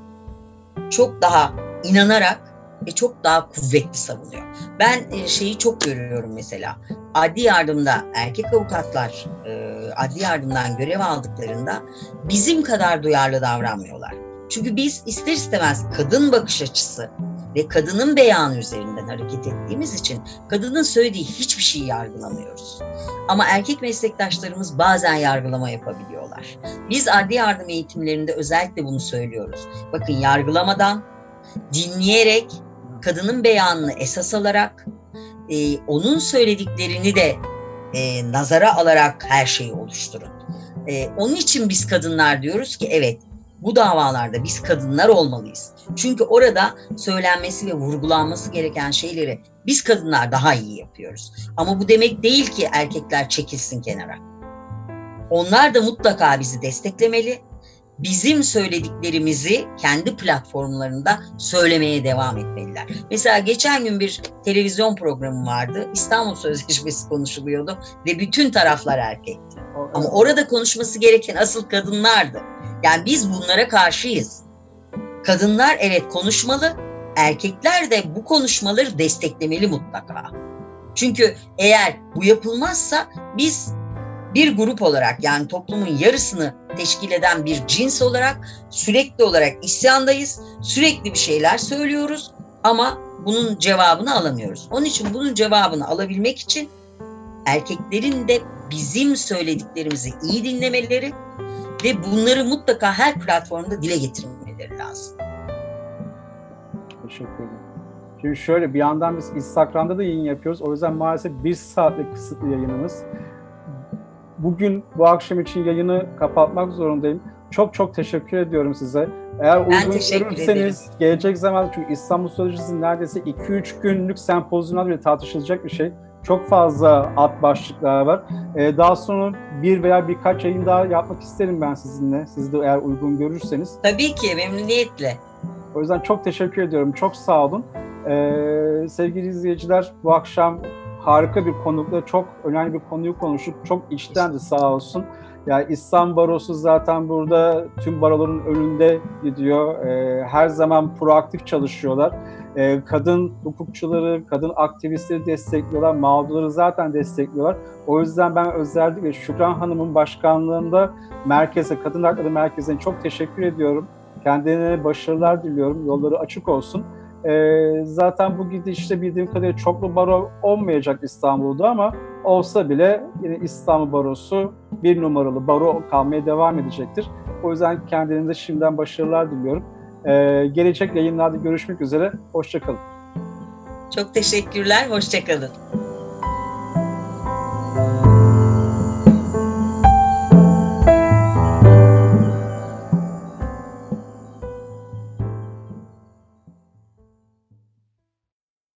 çok daha inanarak ve çok daha kuvvetli savunuyor. Ben şeyi çok görüyorum mesela. Adli yardımda erkek avukatlar adli yardımdan görev aldıklarında bizim kadar duyarlı davranmıyorlar. Çünkü biz ister istemez kadın bakış açısı ve kadının beyanı üzerinden hareket ettiğimiz için kadının söylediği hiçbir şeyi yargılamıyoruz. Ama erkek meslektaşlarımız bazen yargılama yapabiliyorlar. Biz adli yardım eğitimlerinde özellikle bunu söylüyoruz. Bakın, yargılamadan, dinleyerek, kadının beyanını esas alarak, e, onun söylediklerini de e, nazara alarak her şeyi oluşturun. E, onun için biz kadınlar diyoruz ki evet, bu davalarda biz kadınlar olmalıyız. Çünkü orada söylenmesi ve vurgulanması gereken şeyleri biz kadınlar daha iyi yapıyoruz. Ama bu demek değil ki erkekler çekilsin kenara. Onlar da mutlaka bizi desteklemeli. Bizim söylediklerimizi kendi platformlarında söylemeye devam etmeliler. Mesela geçen gün bir televizyon programı vardı. İstanbul Sözleşmesi konuşuluyordu ve bütün taraflar erkekti. Ama orada konuşması gereken asıl kadınlardı. Yani biz bunlara karşıyız. Kadınlar evet konuşmalı, erkekler de bu konuşmaları desteklemeli mutlaka. Çünkü eğer bu yapılmazsa biz bir grup olarak, yani toplumun yarısını teşkil eden bir cins olarak sürekli olarak isyandayız. Sürekli bir şeyler söylüyoruz ama bunun cevabını alamıyoruz. Onun için bunun cevabını alabilmek için erkeklerin de bizim söylediklerimizi iyi dinlemeleri ve bunları mutlaka her platformda dile getirmeleri lazım. Teşekkür ederim. Şimdi şöyle, bir yandan biz Instagram'da da yayın yapıyoruz. O yüzden maalesef bir saatlik kısıtlı yayınımız. Bugün bu akşam için yayını kapatmak zorundayım. Çok çok teşekkür ediyorum size. Eğer uygun görürseniz gelecek zaman, çünkü İstanbul Sözleşmesi neredeyse iki üç günlük sempozyumlar bile tartışılacak bir şey. Çok fazla alt başlıklar var. Ee, daha sonra bir veya birkaç yayın daha yapmak isterim ben sizinle. Siz de eğer uygun görürseniz. Tabii ki, memnuniyetle. O yüzden çok teşekkür ediyorum. Çok sağ olun. Ee, sevgili izleyiciler, bu akşam harika bir konukla çok önemli bir konuyu konuştuk. Çok içten de sağ olsun. Yani İslam Barosu zaten burada tüm baroların önünde gidiyor. Ee, her zaman proaktif çalışıyorlar. Ee, kadın hukukçuları, kadın aktivistleri destekliyorlar. Mağdurları zaten destekliyorlar. O yüzden ben özellikle Şükran Hanım'ın başkanlığında merkeze, Kadın Hakları Merkezi'ne çok teşekkür ediyorum. Kendilerine başarılar diliyorum. Yolları açık olsun. Ee, zaten bu gidişte bildiğim kadarıyla çoklu baro olmayacak İstanbul'da, ama olsa bile yine İstanbul Barosu bir numaralı baro kalmaya devam edecektir. O yüzden kendinize şimdiden başarılar diliyorum. Ee, gelecek yayınlarda görüşmek üzere. Hoşça kalın. Çok teşekkürler. Hoşça kalın.